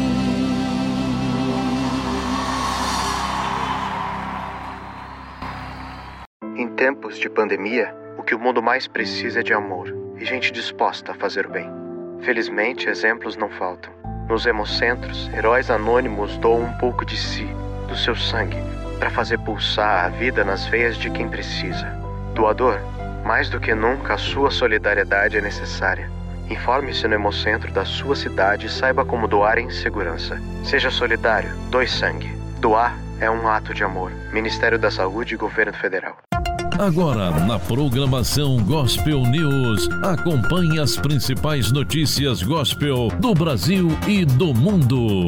Em tempos de pandemia, o que o mundo mais precisa é de amor e gente disposta a fazer o bem. Felizmente, exemplos não faltam. Nos hemocentros, heróis anônimos doam um pouco de si, do seu sangue, para fazer pulsar a vida nas veias de quem precisa. Doador, mais do que nunca, a sua solidariedade é necessária. Informe-se no hemocentro da sua cidade e saiba como doar em segurança. Seja solidário, doe sangue. Doar é um ato de amor. Ministério da Saúde e Governo Federal. Agora, na programação Gospel News, acompanhe as principais notícias gospel do Brasil e do mundo.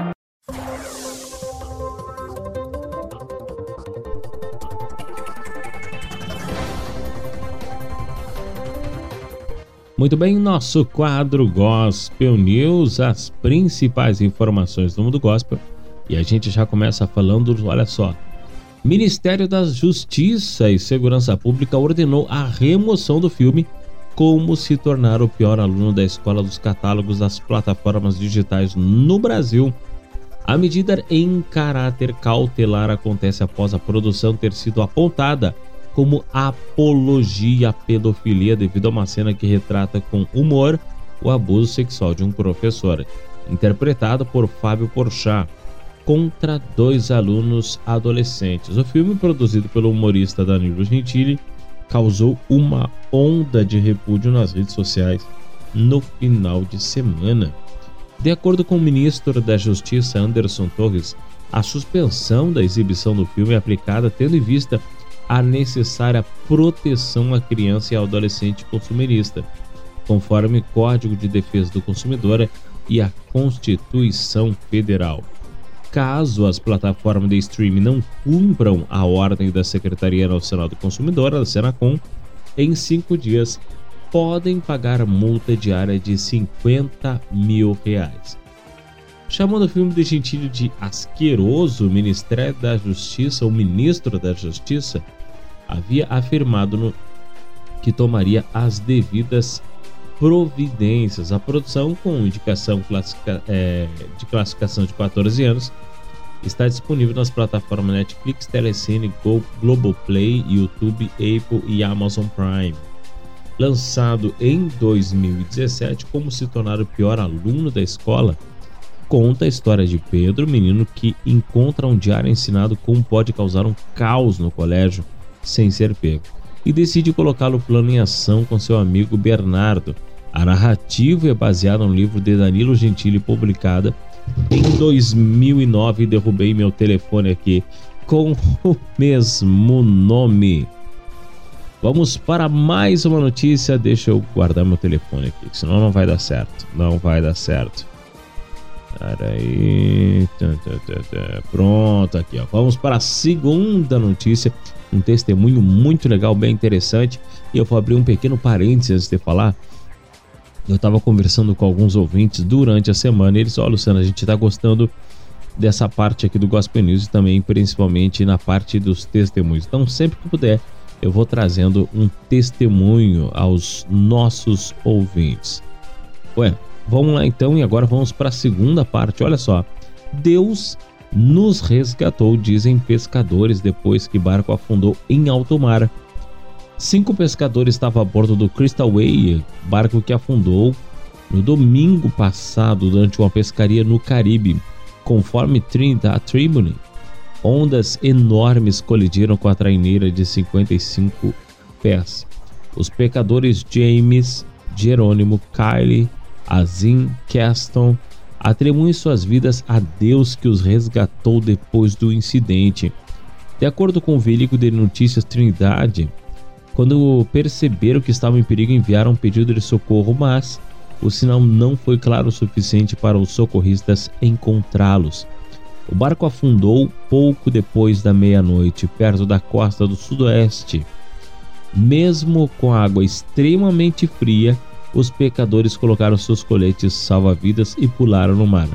Muito bem, nosso quadro Gospel News, as principais informações do mundo gospel. E a gente já começa falando, olha só. Ministério da Justiça e Segurança Pública ordenou a remoção do filme Como se tornar o pior aluno da escola dos catálogos das plataformas digitais no Brasil. A medida em caráter cautelar acontece após a produção ter sido apontada como apologia à pedofilia devido a uma cena que retrata com humor o abuso sexual de um professor, interpretado por Fábio Porchat, contra dois alunos adolescentes. O filme, produzido pelo humorista Danilo Gentili, causou uma onda de repúdio nas redes sociais no final de semana. De acordo com o ministro da Justiça, Anderson Torres, a suspensão da exibição do filme é aplicada tendo em vista a necessária proteção à criança e ao adolescente consumerista, conforme Código de Defesa do Consumidor e a Constituição Federal. Caso as plataformas de streaming não cumpram a ordem da Secretaria Nacional do Consumidor, a Senacom, em cinco dias podem pagar multa diária de cinquenta mil reais. Chamando o filme de Gentili de asqueroso, o Ministério da Justiça, o ministro da Justiça, havia afirmado no, que tomaria as devidas providências. A produção, com indicação classica, é, de classificação de quatorze anos, está disponível nas plataformas Netflix, Telecine, Go, Globoplay, YouTube, Apple e Amazon Prime. Lançado em dois mil e dezessete, Como se tornar o pior aluno da escola, conta a história de Pedro, menino que encontra um diário ensinado como pode causar um caos no colégio sem ser pego, e decide colocá-lo plano em ação com seu amigo Bernardo. A narrativa é baseada no livro de Danilo Gentili, publicada em dois mil e nove. Derrubei meu telefone aqui com o mesmo nome. Vamos para mais uma notícia. Deixa eu guardar meu telefone aqui, senão não vai dar certo. Não vai dar certo. Peraí. Pronto, aqui, ó. Vamos para a segunda notícia. Um testemunho muito legal, bem interessante. E eu vou abrir um pequeno parênteses antes de falar. Eu estava conversando com alguns ouvintes durante a semana e eles, ó, Luciano, a gente está gostando dessa parte aqui do Gospel News e também principalmente na parte dos testemunhos. Então, sempre que puder, eu vou trazendo um testemunho aos nossos ouvintes. Ué, vamos lá então, e agora vamos para a segunda parte. Olha só, Deus nos resgatou, dizem pescadores, depois que barco afundou em alto mar. Cinco pescadores estavam a bordo do Crystal Way, barco que afundou no domingo passado durante uma pescaria no Caribe. Conforme a Tribune, ondas enormes colidiram com a traineira de cinquenta e cinco pés. Os pescadores James, Jerônimo, Kylie, Azim, Caston atribuem suas vidas a Deus que os resgatou depois do incidente. De acordo com o veículo de notícias Trindade, quando perceberam que estavam em perigo, enviaram um pedido de socorro, mas o sinal não foi claro o suficiente para os socorristas encontrá-los. O barco afundou pouco depois da meia-noite, perto da costa do sudoeste. Mesmo com a água extremamente fria, os pescadores colocaram seus coletes salva-vidas e pularam no mar.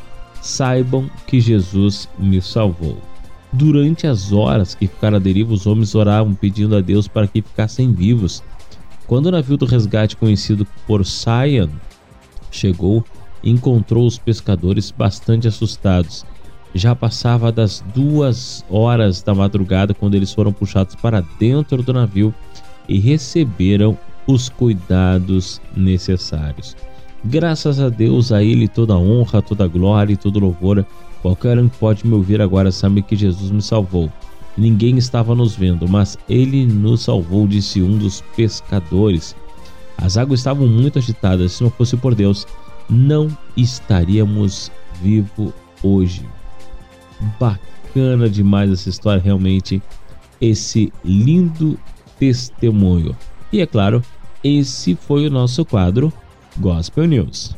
Saibam que Jesus me salvou. Durante as horas que ficaram à deriva, os homens oravam pedindo a Deus para que ficassem vivos. Quando o navio do resgate, conhecido por Cyan, chegou, encontrou os pescadores bastante assustados. Já passava das duas horas da madrugada quando eles foram puxados para dentro do navio e receberam os cuidados necessários. Graças a Deus, a Ele toda a honra, toda a glória e todo louvor. Qualquer um que pode me ouvir agora sabe que Jesus me salvou. Ninguém estava nos vendo, mas Ele nos salvou, disse um dos pescadores. As águas estavam muito agitadas. Se não fosse por Deus, não estaríamos vivos hoje. Bacana demais essa história, realmente esse lindo testemunho. E é claro, esse foi o nosso quadro Gospel News.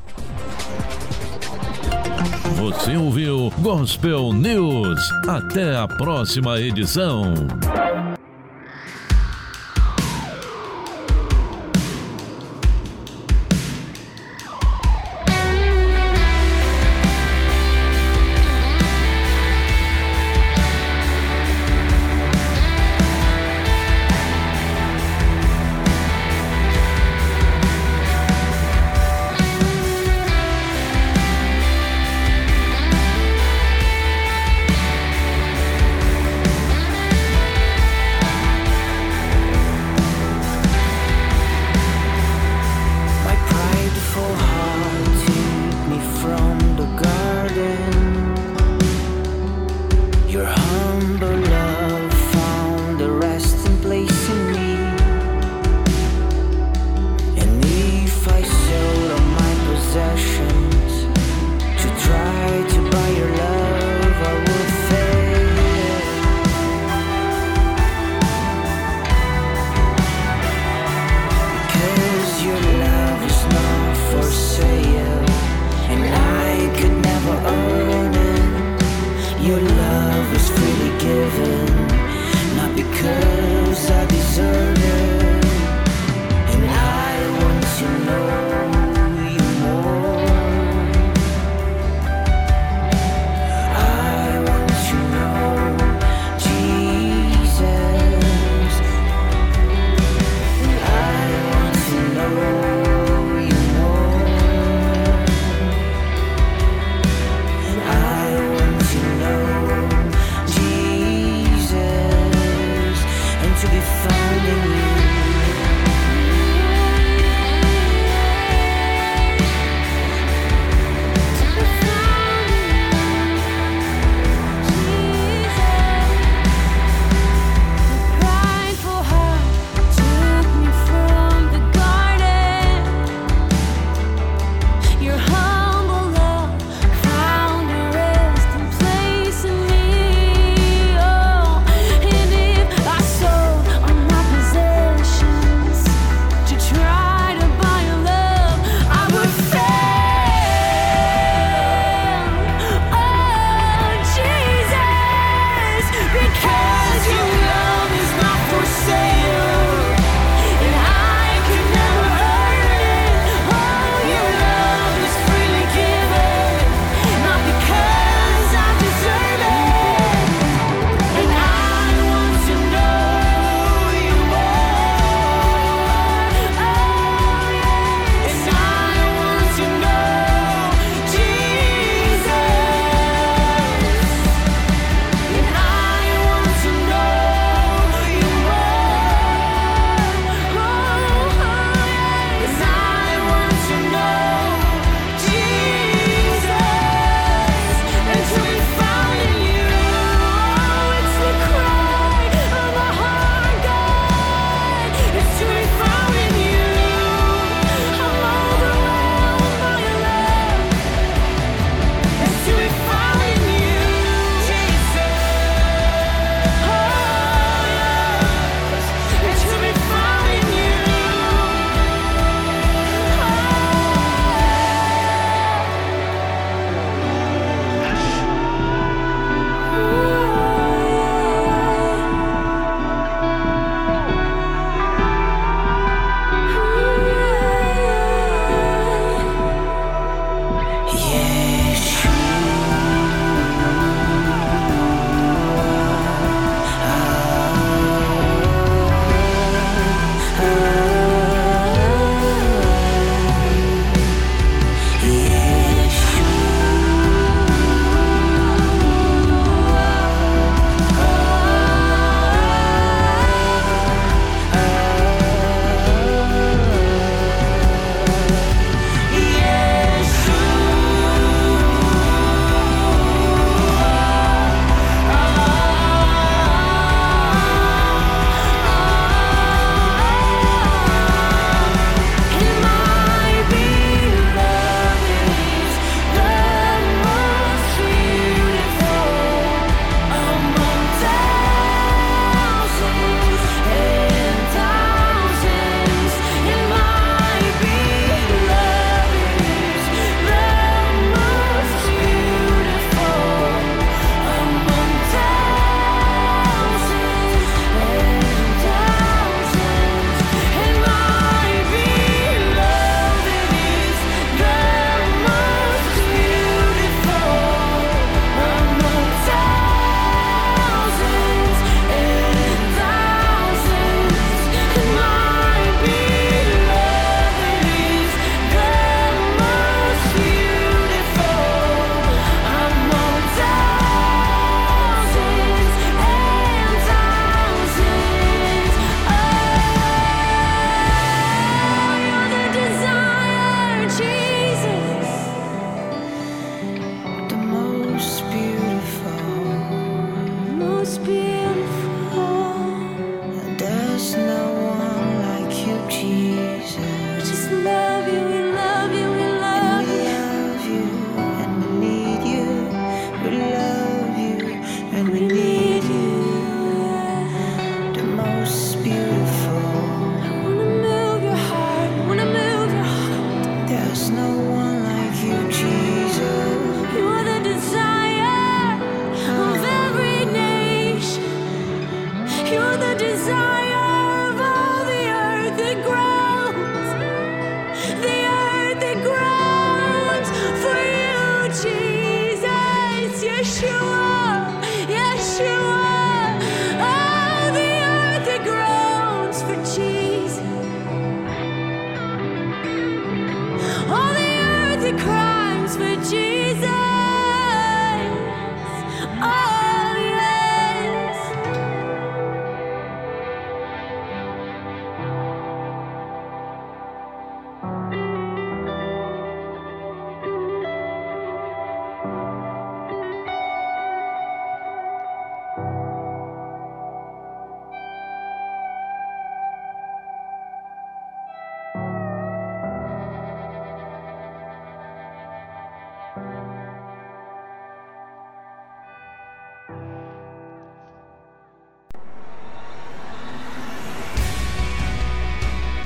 Você ouviu Gospel News. Até a próxima edição.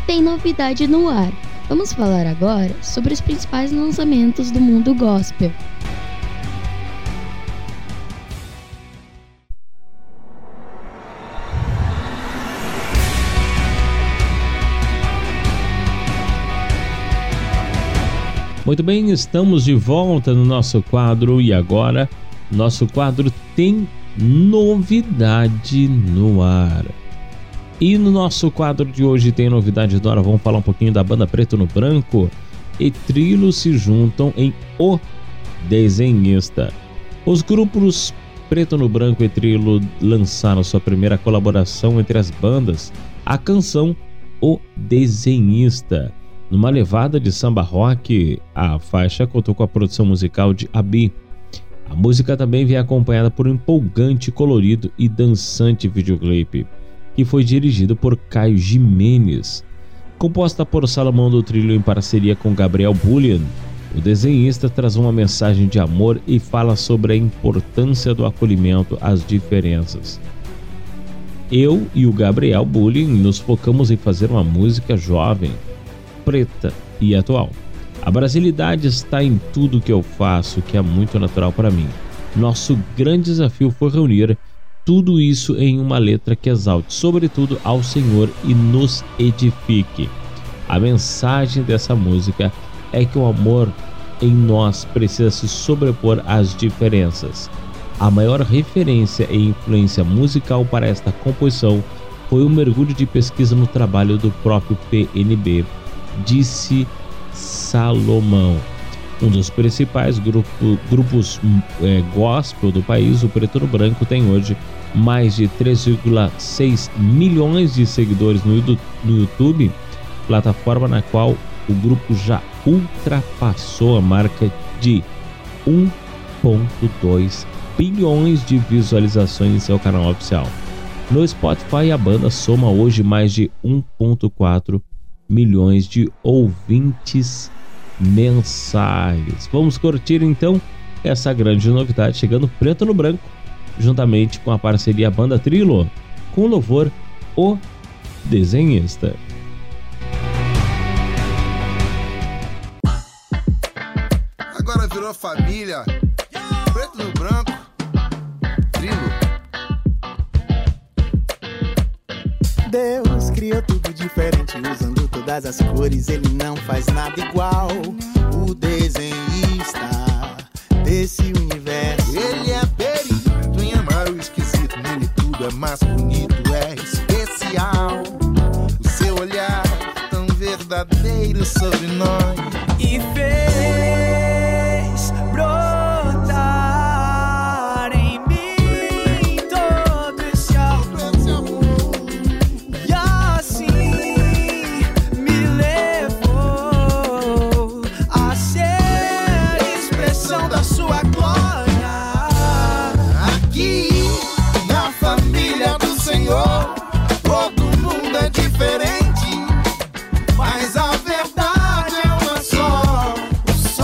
tem novidade no ar. Vamos falar agora sobre os principais lançamentos do mundo gospel. Muito bem, estamos de volta no nosso quadro e agora nosso quadro tem novidade no ar. E no nosso quadro de hoje tem novidade no ar, vamos falar um pouquinho da banda Preto no Branco e Trilo se juntam em O Desenhista. Os grupos Preto no Branco e Trilo lançaram sua primeira colaboração entre as bandas, a canção O Desenhista. Numa levada de samba rock, a faixa contou com a produção musical de Abi. A música também vem acompanhada por um empolgante, colorido e dançante videoclipe, que foi dirigido por Caio Jimenez. Composta por Salomão do Trilho em parceria com Gabriel Bullion, o desenhista traz uma mensagem de amor e fala sobre a importância do acolhimento às diferenças. Eu e o Gabriel Bullion nos focamos em fazer uma música jovem, preta e atual. A brasilidade está em tudo que eu faço, que é muito natural para mim. Nosso grande desafio foi reunir tudo isso em uma letra que exalte, sobretudo, ao Senhor e nos edifique. A mensagem dessa música é que o amor em nós precisa se sobrepor às diferenças. A maior referência e influência musical para esta composição foi um mergulho de pesquisa no trabalho do próprio P N B, disse Salomão. Um dos principais grupo, grupos é, gospel do país, o Preto no Branco, tem hoje mais de três vírgula seis milhões de seguidores no, no YouTube, plataforma na qual o grupo já ultrapassou a marca de um vírgula dois bilhões de visualizações em seu canal oficial. No Spotify, a banda soma hoje mais de um vírgula quatro milhões de ouvintes mensais. Vamos curtir então essa grande novidade, chegando Preto no Branco, juntamente com a parceria Banda Trilo, com o louvor O Desenhista. Agora virou família. Preto no Branco, Trilo. Deus criou tudo diferente, usando todas as cores, ele não faz nada igual. O desenhista desse universo, ele é perito em amar o esquisito, nele tudo é mais bonito, é especial. O seu olhar tão verdadeiro sobre nós e fez brotar em mim todo esse amor. E assim me levou a ser expressão da sua glória. Aqui na família do Senhor, todo mundo é diferente, mas a verdade é uma só. O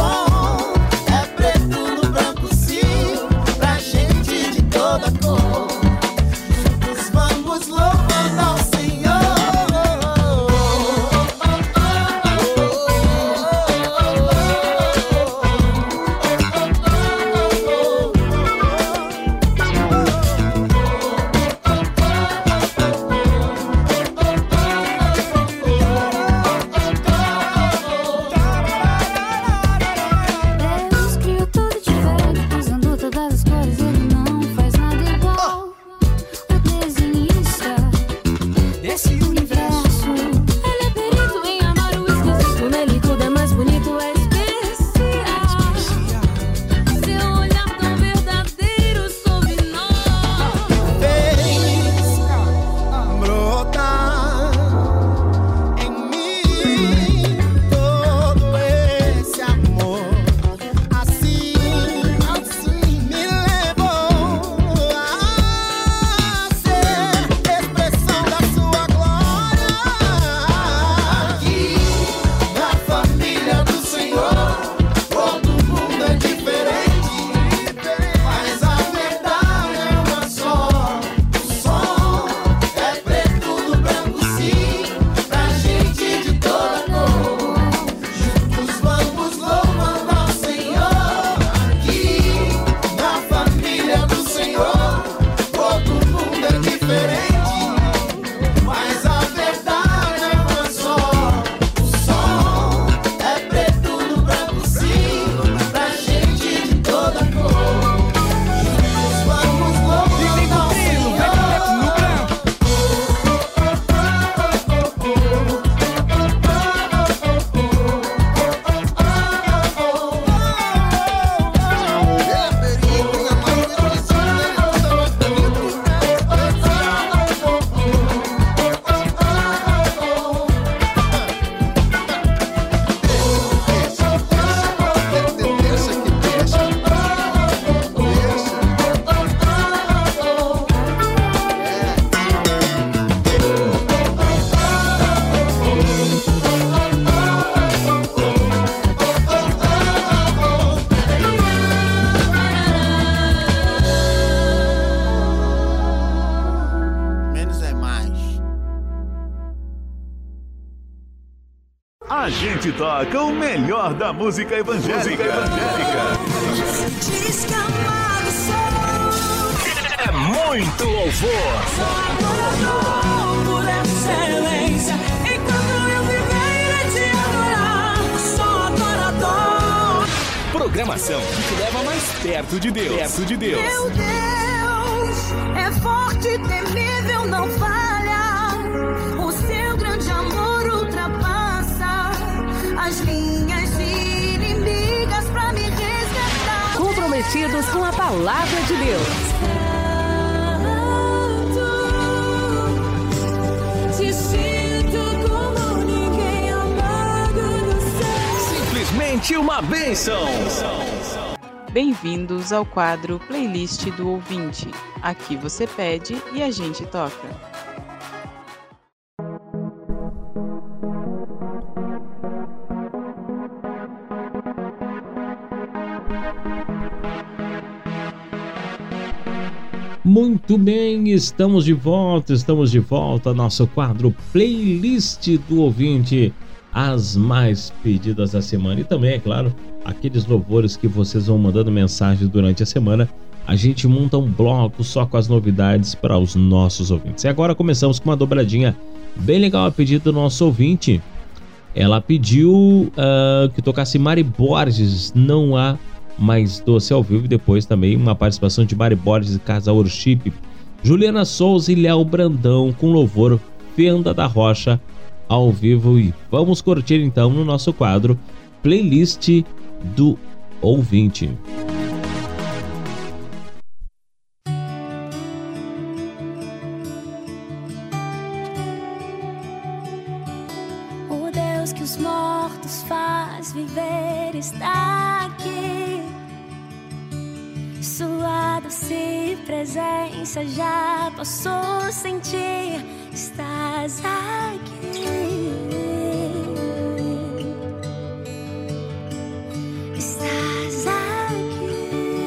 A gente toca o melhor da música evangélica. Música evangélica. É muito louvor. Por excelência, enquanto eu viver te adorar, só adorador. Programação que te leva mais perto de Deus. Perto de Deus. Meu Deus é forte, temível, não falha. O seu grande amor ultrapassa as linhas inimigas pra me resgatar. Comprometidos com a palavra de Deus. Te sinto como ninguém amado no céu. Simplesmente uma bênção. Bem-vindos ao quadro Playlist do Ouvinte. Aqui você pede e a gente toca. Muito bem, estamos de volta, estamos de volta ao nosso quadro Playlist do Ouvinte, as mais pedidas da semana. E também, é claro, aqueles louvores que vocês vão mandando mensagem durante a semana. A gente monta um bloco só com as novidades para os nossos ouvintes. E agora começamos com uma dobradinha bem legal a pedido do nosso ouvinte. Ela pediu uh, que tocasse Mari Borges, Não Há Mais Doce ao vivo, e depois também uma participação de Mari Borges e Casa Worship, Juliana Souza e Léo Brandão com louvor Fenda da Rocha ao vivo. E vamos curtir então no nosso quadro Playlist do Ouvinte. O Deus que os mortos faz viver está aqui. Sua doce presença já posso sentir. Estás aqui. Estás aqui.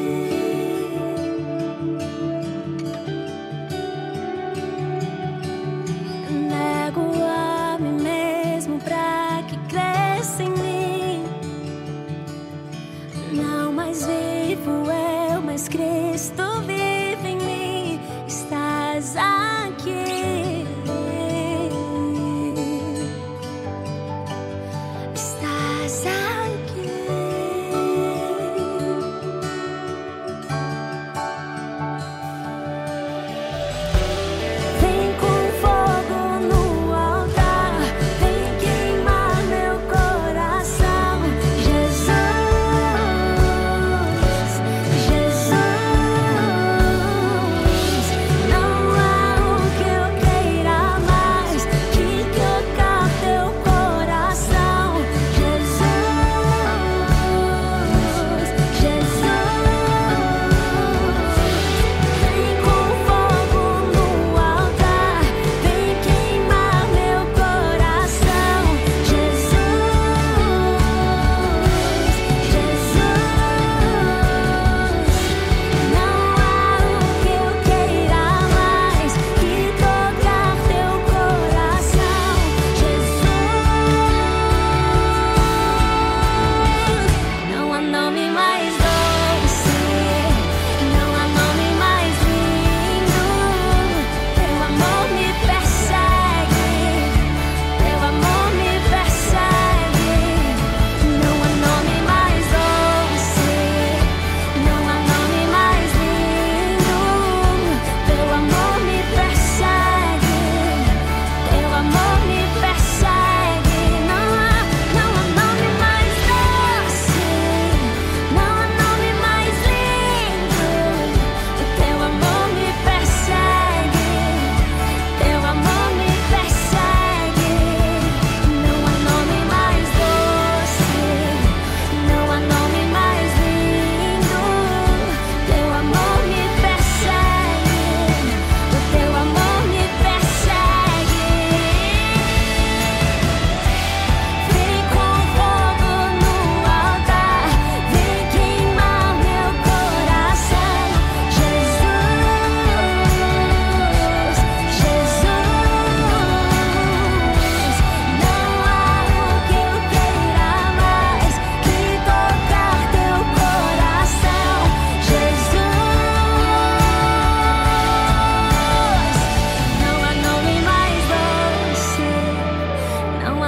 Nego a mim mesmo pra que cresça em mim. Não mais vivo eu, mas Cristo vive em mim. Estás aqui.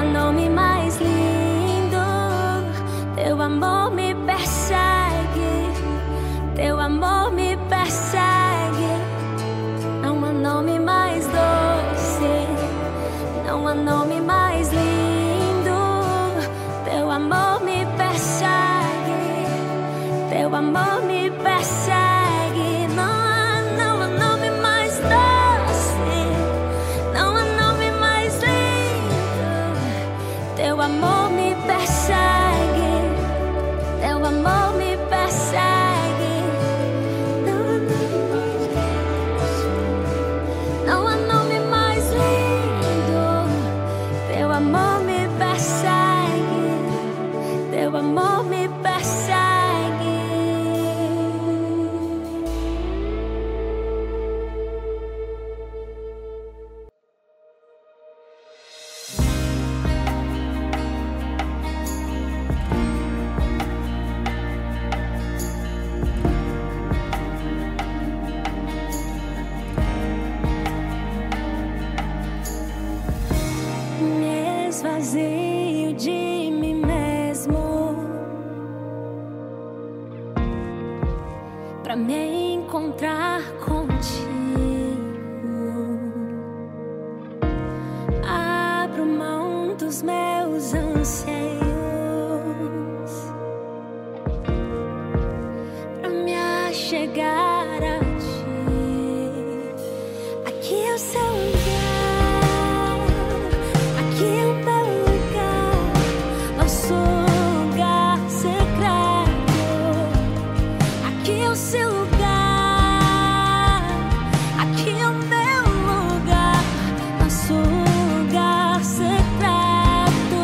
há nome mais lindo. Teu amor me persegue, teu amor me persegue. Não há nome mais doce, não há nome mais lindo. Teu amor me persegue, teu amor me persegue. Não há, não há nome mais doce, não há nome mais lindo. Teu amor me persegue, teu amor me persegue. Não há nome mais lindo. Teu amor me persegue, teu amor me persegue. Me esvazio de mim mesmo pra me encontrar contigo. Abro mão dos meus anseios pra me achegar a ti. Aqui é o seu lugar, aqui é o meu lugar, nosso lugar secreto. Aqui é o seu lugar, aqui é o meu lugar, nosso lugar secreto.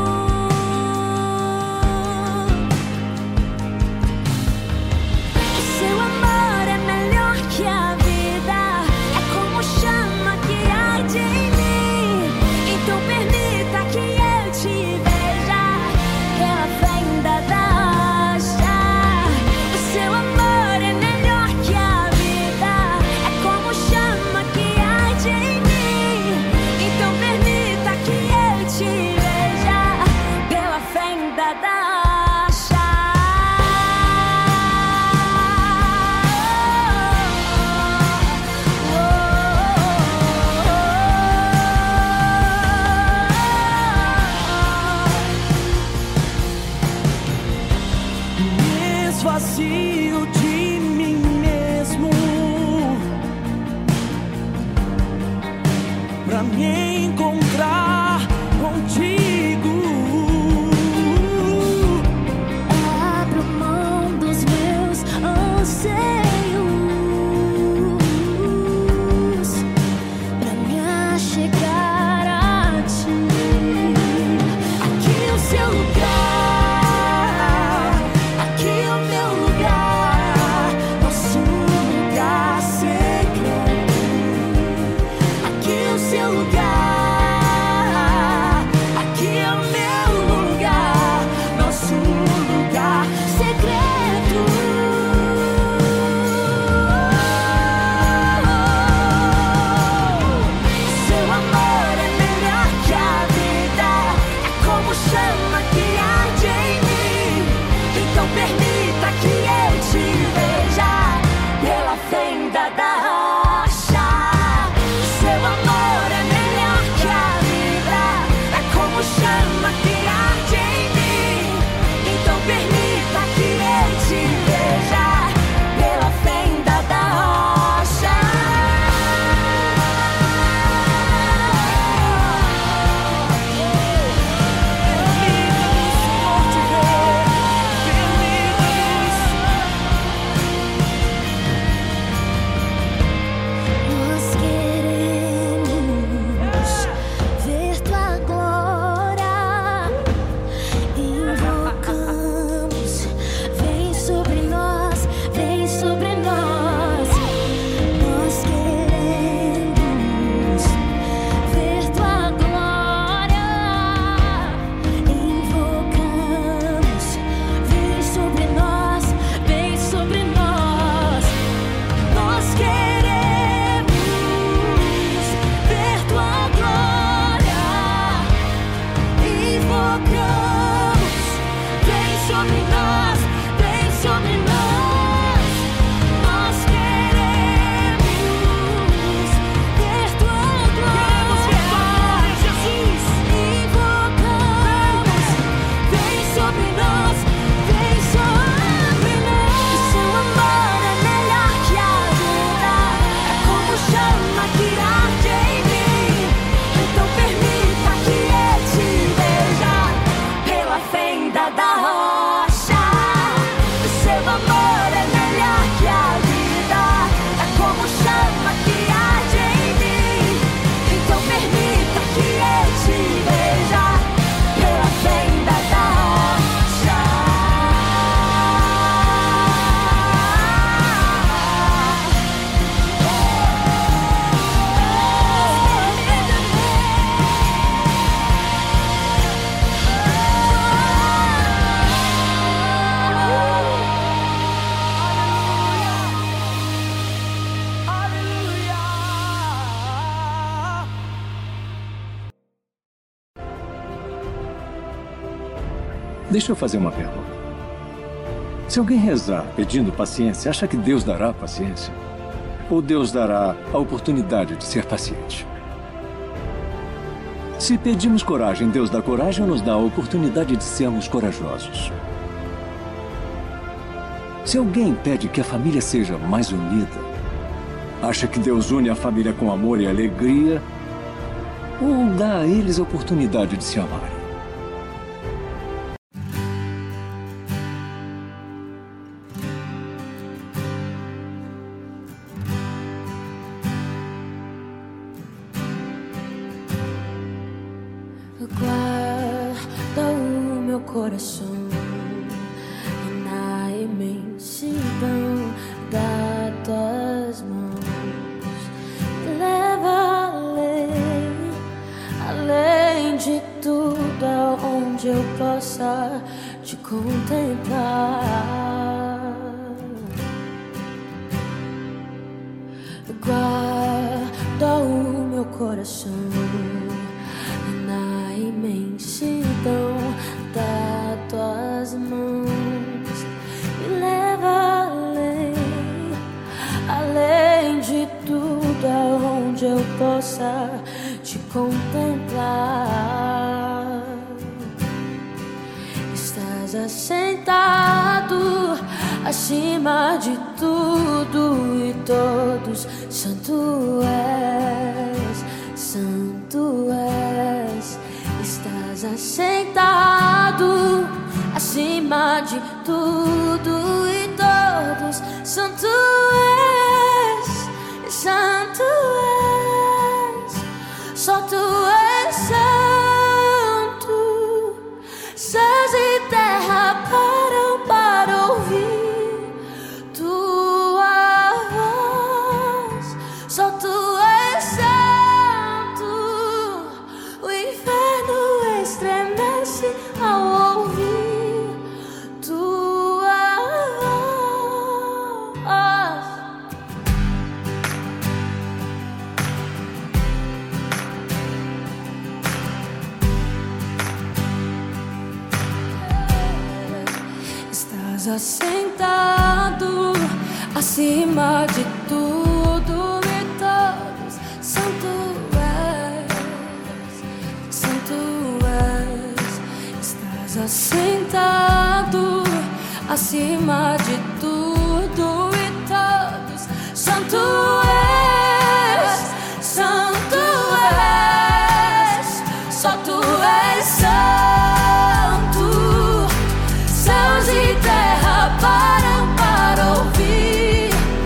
O seu amor é melhor que a vida, é como chama que arde em mim. Então permita que eu te veja pela fenda da rocha. O seu amor é melhor que a vida, é como chama que arde em mim. Então permita que eu te veja pela fenda da rocha. Me esvazio de mim mesmo pra me encontrar contigo. Abro mão dos meus anseios pra me achegar a ti. Aqui é o seu lugar, aqui é o meu lugar, nosso lugar secreto. Aqui é o seu lugar, aqui é o meu lugar, nosso lugar secreto. Seu amor é melhor que a vida, é como chama que arde em mim. Então permita que eu te veja pela fenda da rocha. Seu amor é melhor que a vida, é como chama que arde em mim. Então permita que eu te veja pela fenda da rocha. Permita-me, Senhor, te ver. Permita-me. Deixa eu fazer uma pergunta. Se alguém rezar pedindo paciência, acha que Deus dará paciência? Ou Deus dará a oportunidade de ser paciente? Se pedimos coragem, Deus dá coragem ou nos dá a oportunidade de sermos corajosos? Se alguém pede que a família seja mais unida, acha que Deus une a família com amor e alegria ou dá a eles a oportunidade de se amarem? Guarda o meu coração na imensidão das tuas mãos. Leva além, além de tudo, aonde eu possa te contemplar. Guarda o meu coração na imensidão das tuas mãos. Me leva além, além de tudo, aonde eu possa te contemplar. Estás assentado acima de tudo e todos. Santo és, santo és. Estás assentado acima de tudo e todos. Santo és, santo és. Só tu és santo. Céus e terra param para ouvir tua voz. Só tu és santo. O inferno estremece ao ouvir tua voz. Estás assentado acima de tudo e todos. Santo és, santo és. Estás assentado acima de tudo e todos. Santo és, santo és. Só tu és santo. Céus e terra param para ouvir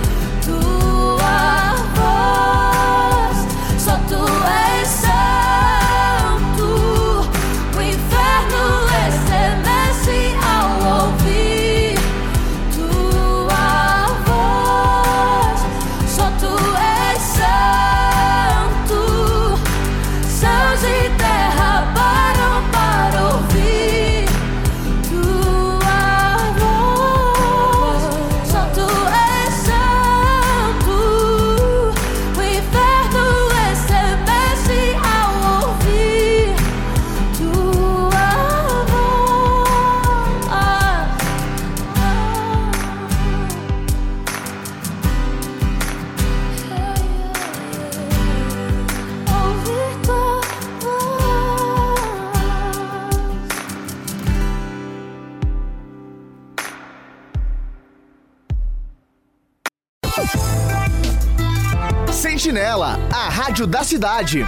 tua voz. Só tu és santo. O inferno estremece ao ouvir tua voz. Só tu és santo. Céus e terra Sentinela, a rádio da cidade.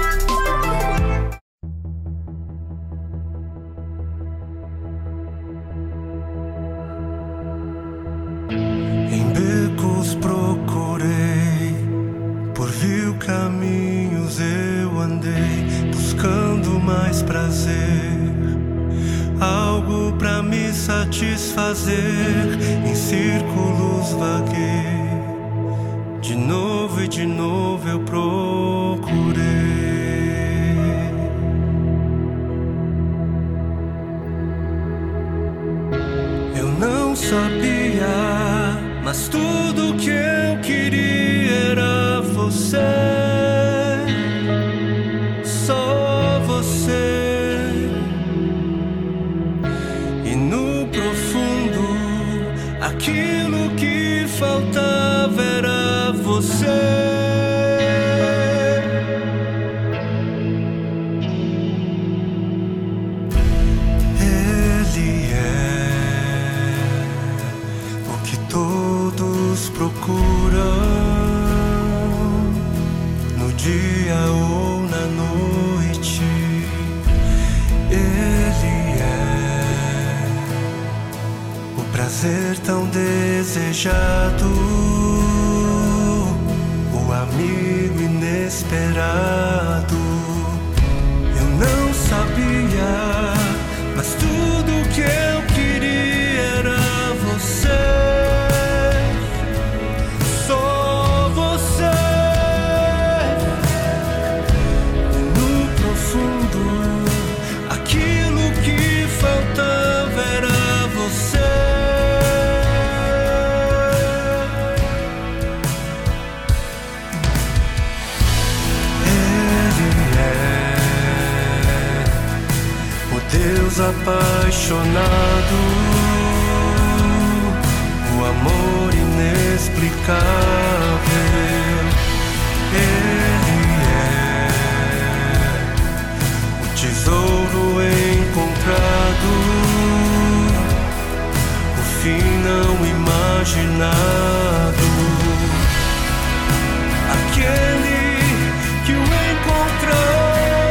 Em becos procurei, por vil caminhos eu andei, buscando mais prazer, algo pra me satisfazer. Em círculos vaguei, de novo e de novo eu procurei. Eu não sabia, mas tudo que eu queria era você, só você. E no profundo, aquilo que faltava era você. Ele é o que todos procuram, no dia ou na noite. Ele é o prazer tão desejado, o amigo inesperado. Eu não sabia, mas tudo que eu queria era você, só você. E no profundo, aquilo que faltava era você. Ele é o Deus apaixonado, o amor inexplicável. Ele é o tesouro encontrado, o fim não imaginado, aquele que o encontrar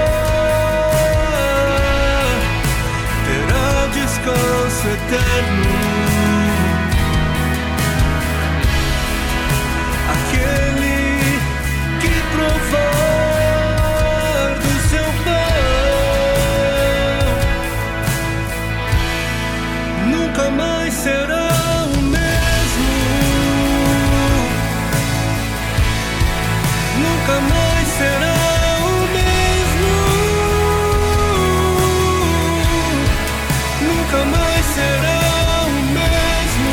terá descanso eterno, aquele que provar do seu pão nunca mais será o mesmo, nunca mais será o mesmo, nunca mais será o mesmo.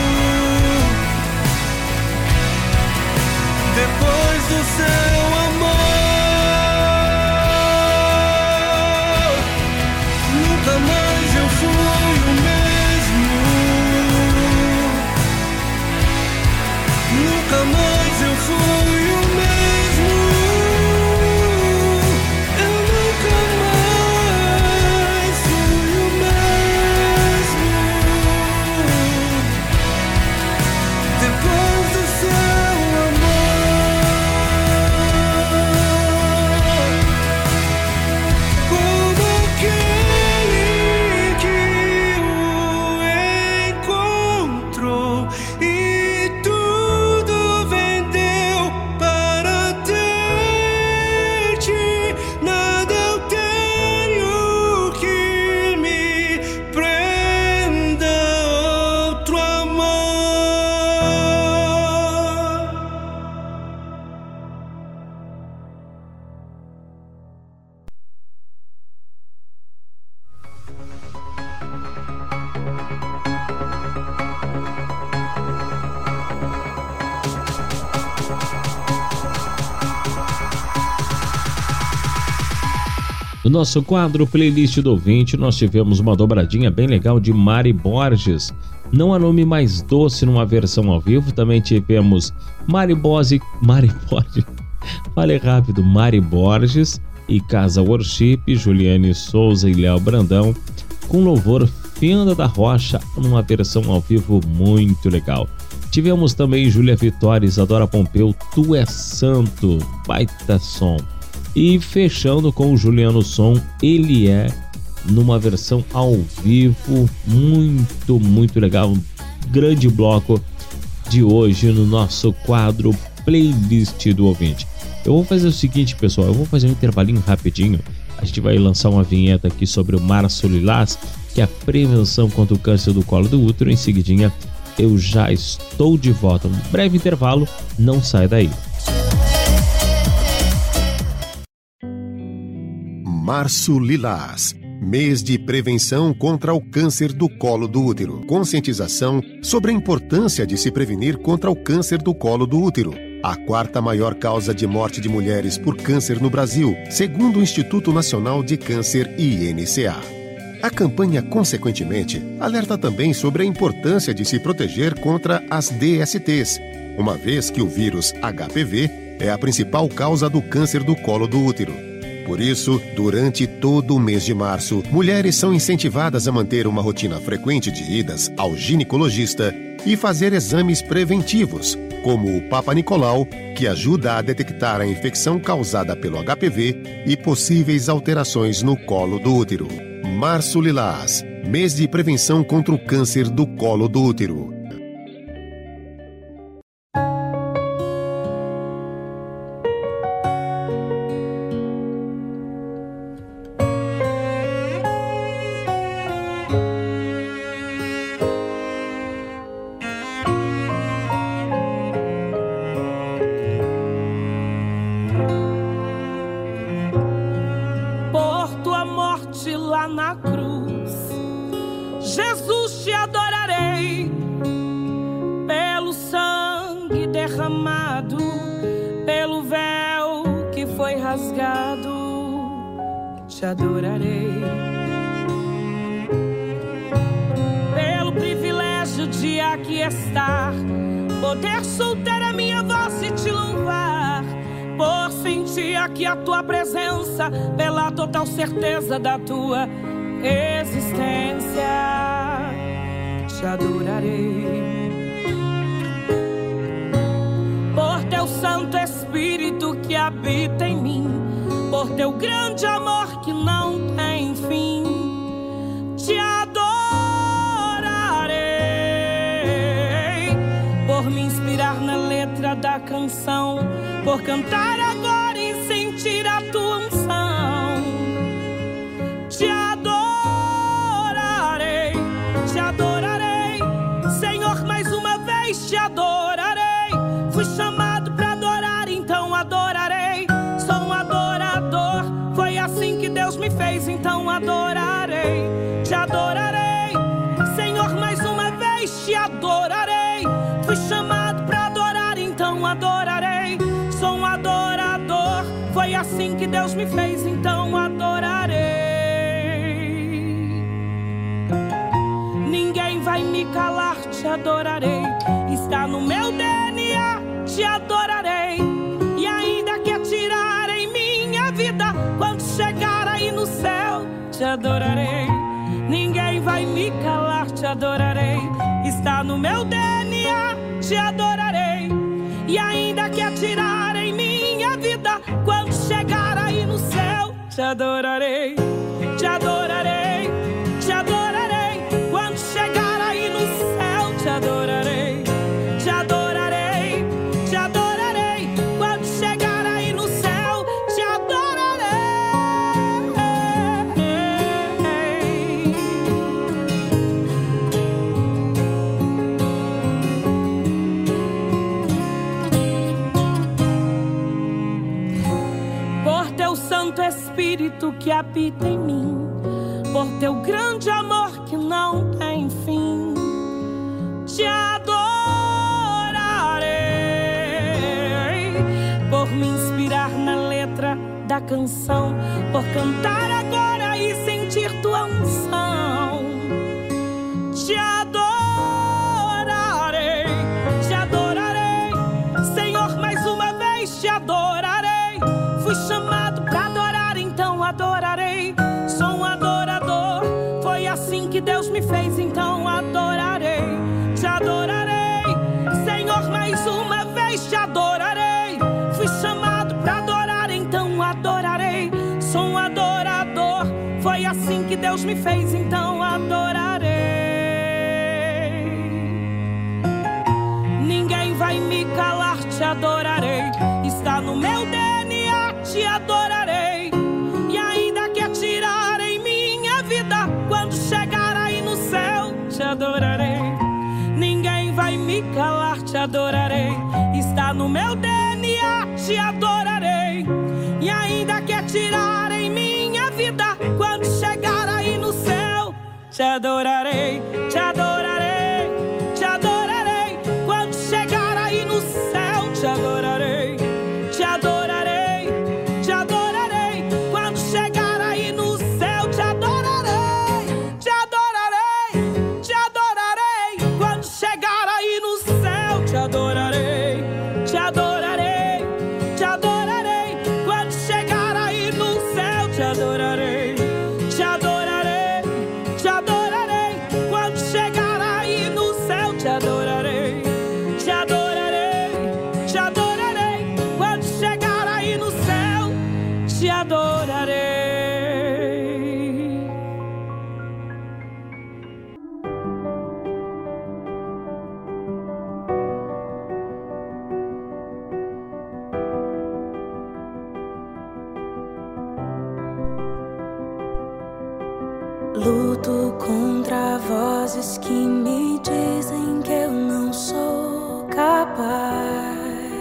Depois do seu amor, nunca mais eu fui o mesmo, nunca mais eu fui o mesmo, eu nunca mais fui o mesmo. Depois do seu como aquele que o encontrou e tudo vendeu para ter-te. Nada eu tenho que me prenda a outro amor. No nosso quadro Playlist do Ouvinte, nós tivemos uma dobradinha bem legal de Mari Borges. Não há nome mais doce numa versão ao vivo. Também tivemos Mari Borges, Mari Borges, fale rápido, Mari Borges e Casa Worship, Juliane Souza e Léo Brandão, com louvor Fenda da Rocha, numa versão ao vivo muito legal. Tivemos também Júlia Vitória, Isadora Pompeu, Tu é Santo, baita som. E fechando com o Juliano Som, Ele É, numa versão ao vivo, muito, muito legal. Um grande bloco de hoje no nosso quadro Playlist do Ouvinte. Eu vou fazer o seguinte, pessoal, eu vou fazer um intervalinho rapidinho. A gente vai lançar uma vinheta aqui sobre o Março Lilás, que é a prevenção contra o câncer do colo do útero. Em seguidinha, eu já estou de volta. Um breve intervalo, não sai daí. Março Lilás, mês de prevenção contra o câncer do colo do útero. Conscientização sobre a importância de se prevenir contra o câncer do colo do útero, a quarta maior causa de morte de mulheres por câncer no Brasil, segundo o Instituto Nacional de Câncer I N C A. A campanha, consequentemente, alerta também sobre a importância de se proteger contra as D S Ts, uma vez que o vírus H P V é a principal causa do câncer do colo do útero. Por isso, durante todo o mês de março, mulheres são incentivadas a manter uma rotina frequente de idas ao ginecologista e fazer exames preventivos, como o Papa Nicolau, que ajuda a detectar a infecção causada pelo H P V e possíveis alterações no colo do útero. Março Lilás, mês de prevenção contra o câncer do colo do útero. Te adorarei pelo privilégio de aqui estar, poder soltar a minha voz e te louvar, por sentir aqui a tua presença, pela total certeza da tua existência. Te adorarei por teu Santo Espírito que habita em mim, por teu grande amor que não tem fim. Te adorarei por me inspirar na letra da canção, por cantar agora e sentir a tua unção. Te adorarei, te adorarei, Senhor, mais uma vez te adorarei. Fui chamado para adorar, então adorarei. Sou um adorador, foi assim que Deus me fez, então adorarei. Te adorarei, Senhor, mais uma vez te adorarei. Fui chamado para adorar, então adorarei. Sou um adorador, foi assim que Deus me fez, então adorarei. Ninguém vai me calar, te adorarei. Está no meu D N A, te adorarei. E ainda que atirarem minha vida, quando chegar aí no céu, te adorarei. Ninguém vai me calar, te adorarei. Está no meu D N A, te adorarei. E ainda que atirarem minha vida, quando chegar aí no céu, te adorarei. Te adorarei, te adorarei. Quando chegar aí no céu, te adorarei. Te adorarei, te adorarei. Quando chegar aí no céu, te adorarei. Por teu Santo Espírito que habita em mim, por teu grande amor que não tem fim, te adorarei. Por me inspirar na letra da canção, por cantar agora e sentir tua unção. Te adorarei, te adorarei, Senhor, mais uma vez te adorarei. Fui chamado para adorar, então adorarei. Sou um adorador, foi assim que Deus me fez, então adorarei. Te adorarei, Senhor, Deus me fez, então adorarei. Ninguém vai me calar, te adorarei. Está no meu D N A, te adorarei. E ainda que atirarem minha vida, quando chegar aí no céu, te adorarei. Ninguém vai me calar, te adorarei. Está no meu D N A, te adorarei. E ainda que atirarem minha vida, quando chegar aí no céu, te adorarei, te adorarei, te adorarei. Quando chegar aí no céu, te adorarei, te adorarei, te adorarei. Quando chegar aí no céu, te adorarei, te adorarei, te adorarei. Quando chegar aí no céu, te adorarei, te adorarei, te adorarei. Quando chegar aí no céu, te adorarei, te adorarei, te adorarei. Quando chegar aí no céu, te adorarei, te adorarei, te adorarei. Quando chegar aí no céu, te adorarei. Luto contra vozes que me dizem que eu não sou capaz.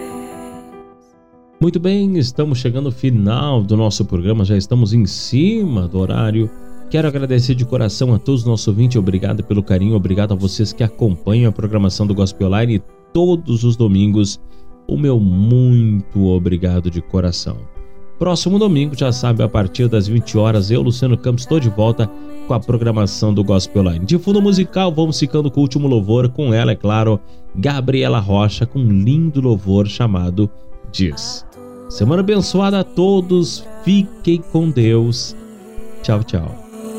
Muito bem, estamos chegando ao final do nosso programa, já estamos em cima do horário. Quero agradecer de coração a todos os nossos ouvintes, obrigado pelo carinho, obrigado a vocês que acompanham a programação do Gospel Online todos os domingos. O meu muito obrigado de coração. Próximo domingo, já sabe, a partir das vinte horas, eu, Luciano Campos, estou de volta com a programação do Gospel Online. De fundo musical, vamos ficando com o último louvor, com ela, é claro, Gabriela Rocha, com um lindo louvor chamado Diz. Semana abençoada a todos, fiquem com Deus. Tchau, tchau.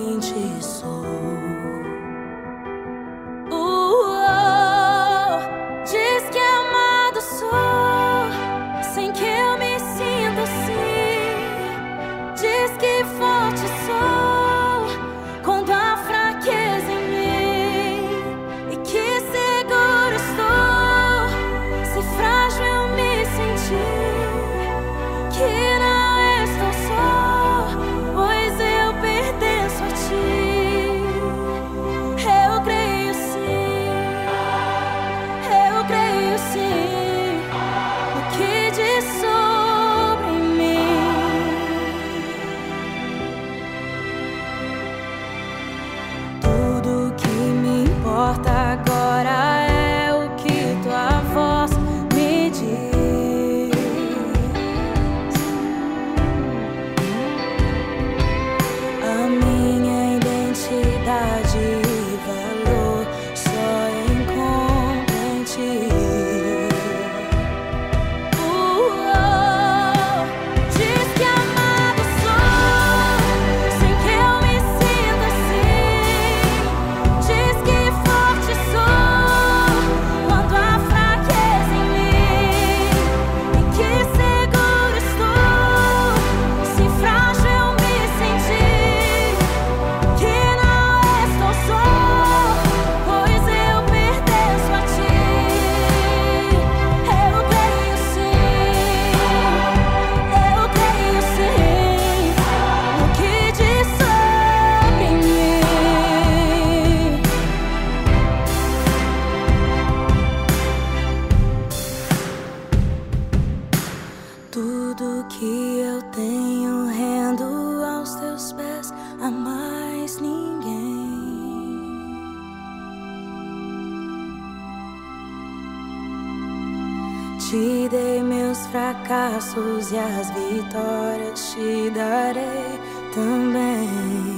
Diz que amado sou, sem que eu me sinta assim. Diz que forte sou, quando há fraqueza em mim. E que seguro estou, se frágil eu me senti. Que não estou só, pois eu pertenço a ti. Eu creio sim, eu creio sim, no que diz sobre mim. Tudo que me importa agora é o que tua voz me diz. A minha identidade e valor só encontro em ti. Uh-oh. Diz que amado sou, sem que eu me sinta assim. Diz que forte sou, quando há fraqueza em mim. E que seguro estou, se frágil eu me senti. Que não estou só, pois eu pertenço a ti. Eu creio sim, eu creio sim, no que diz sobre mim. Tudo que eu tenho rendo aos teus pés, a mais ninguém. Te dei meus fracassos e as vitórias te darei também.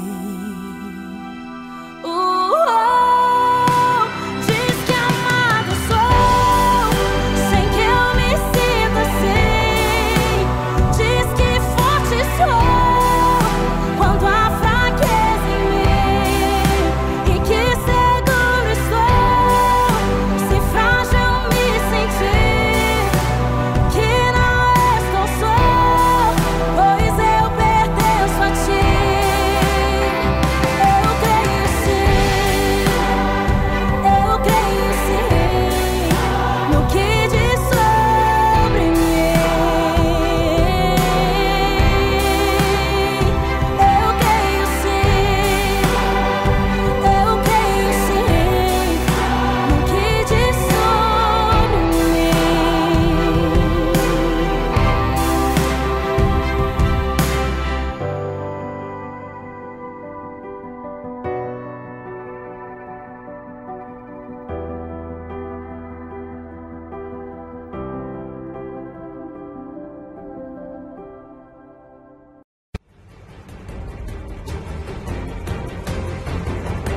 Uh-oh. Diz que amado sou, sem que eu me sinta assim. Diz que forte sou, quando há fraqueza em mim. E que seguro estou, se frágil eu me senti. Que não estou só, pois eu pertenço a ti.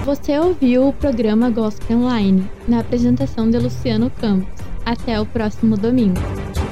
Você ouviu o programa Gospel Online, na apresentação de Luciano Campos. Até o próximo domingo.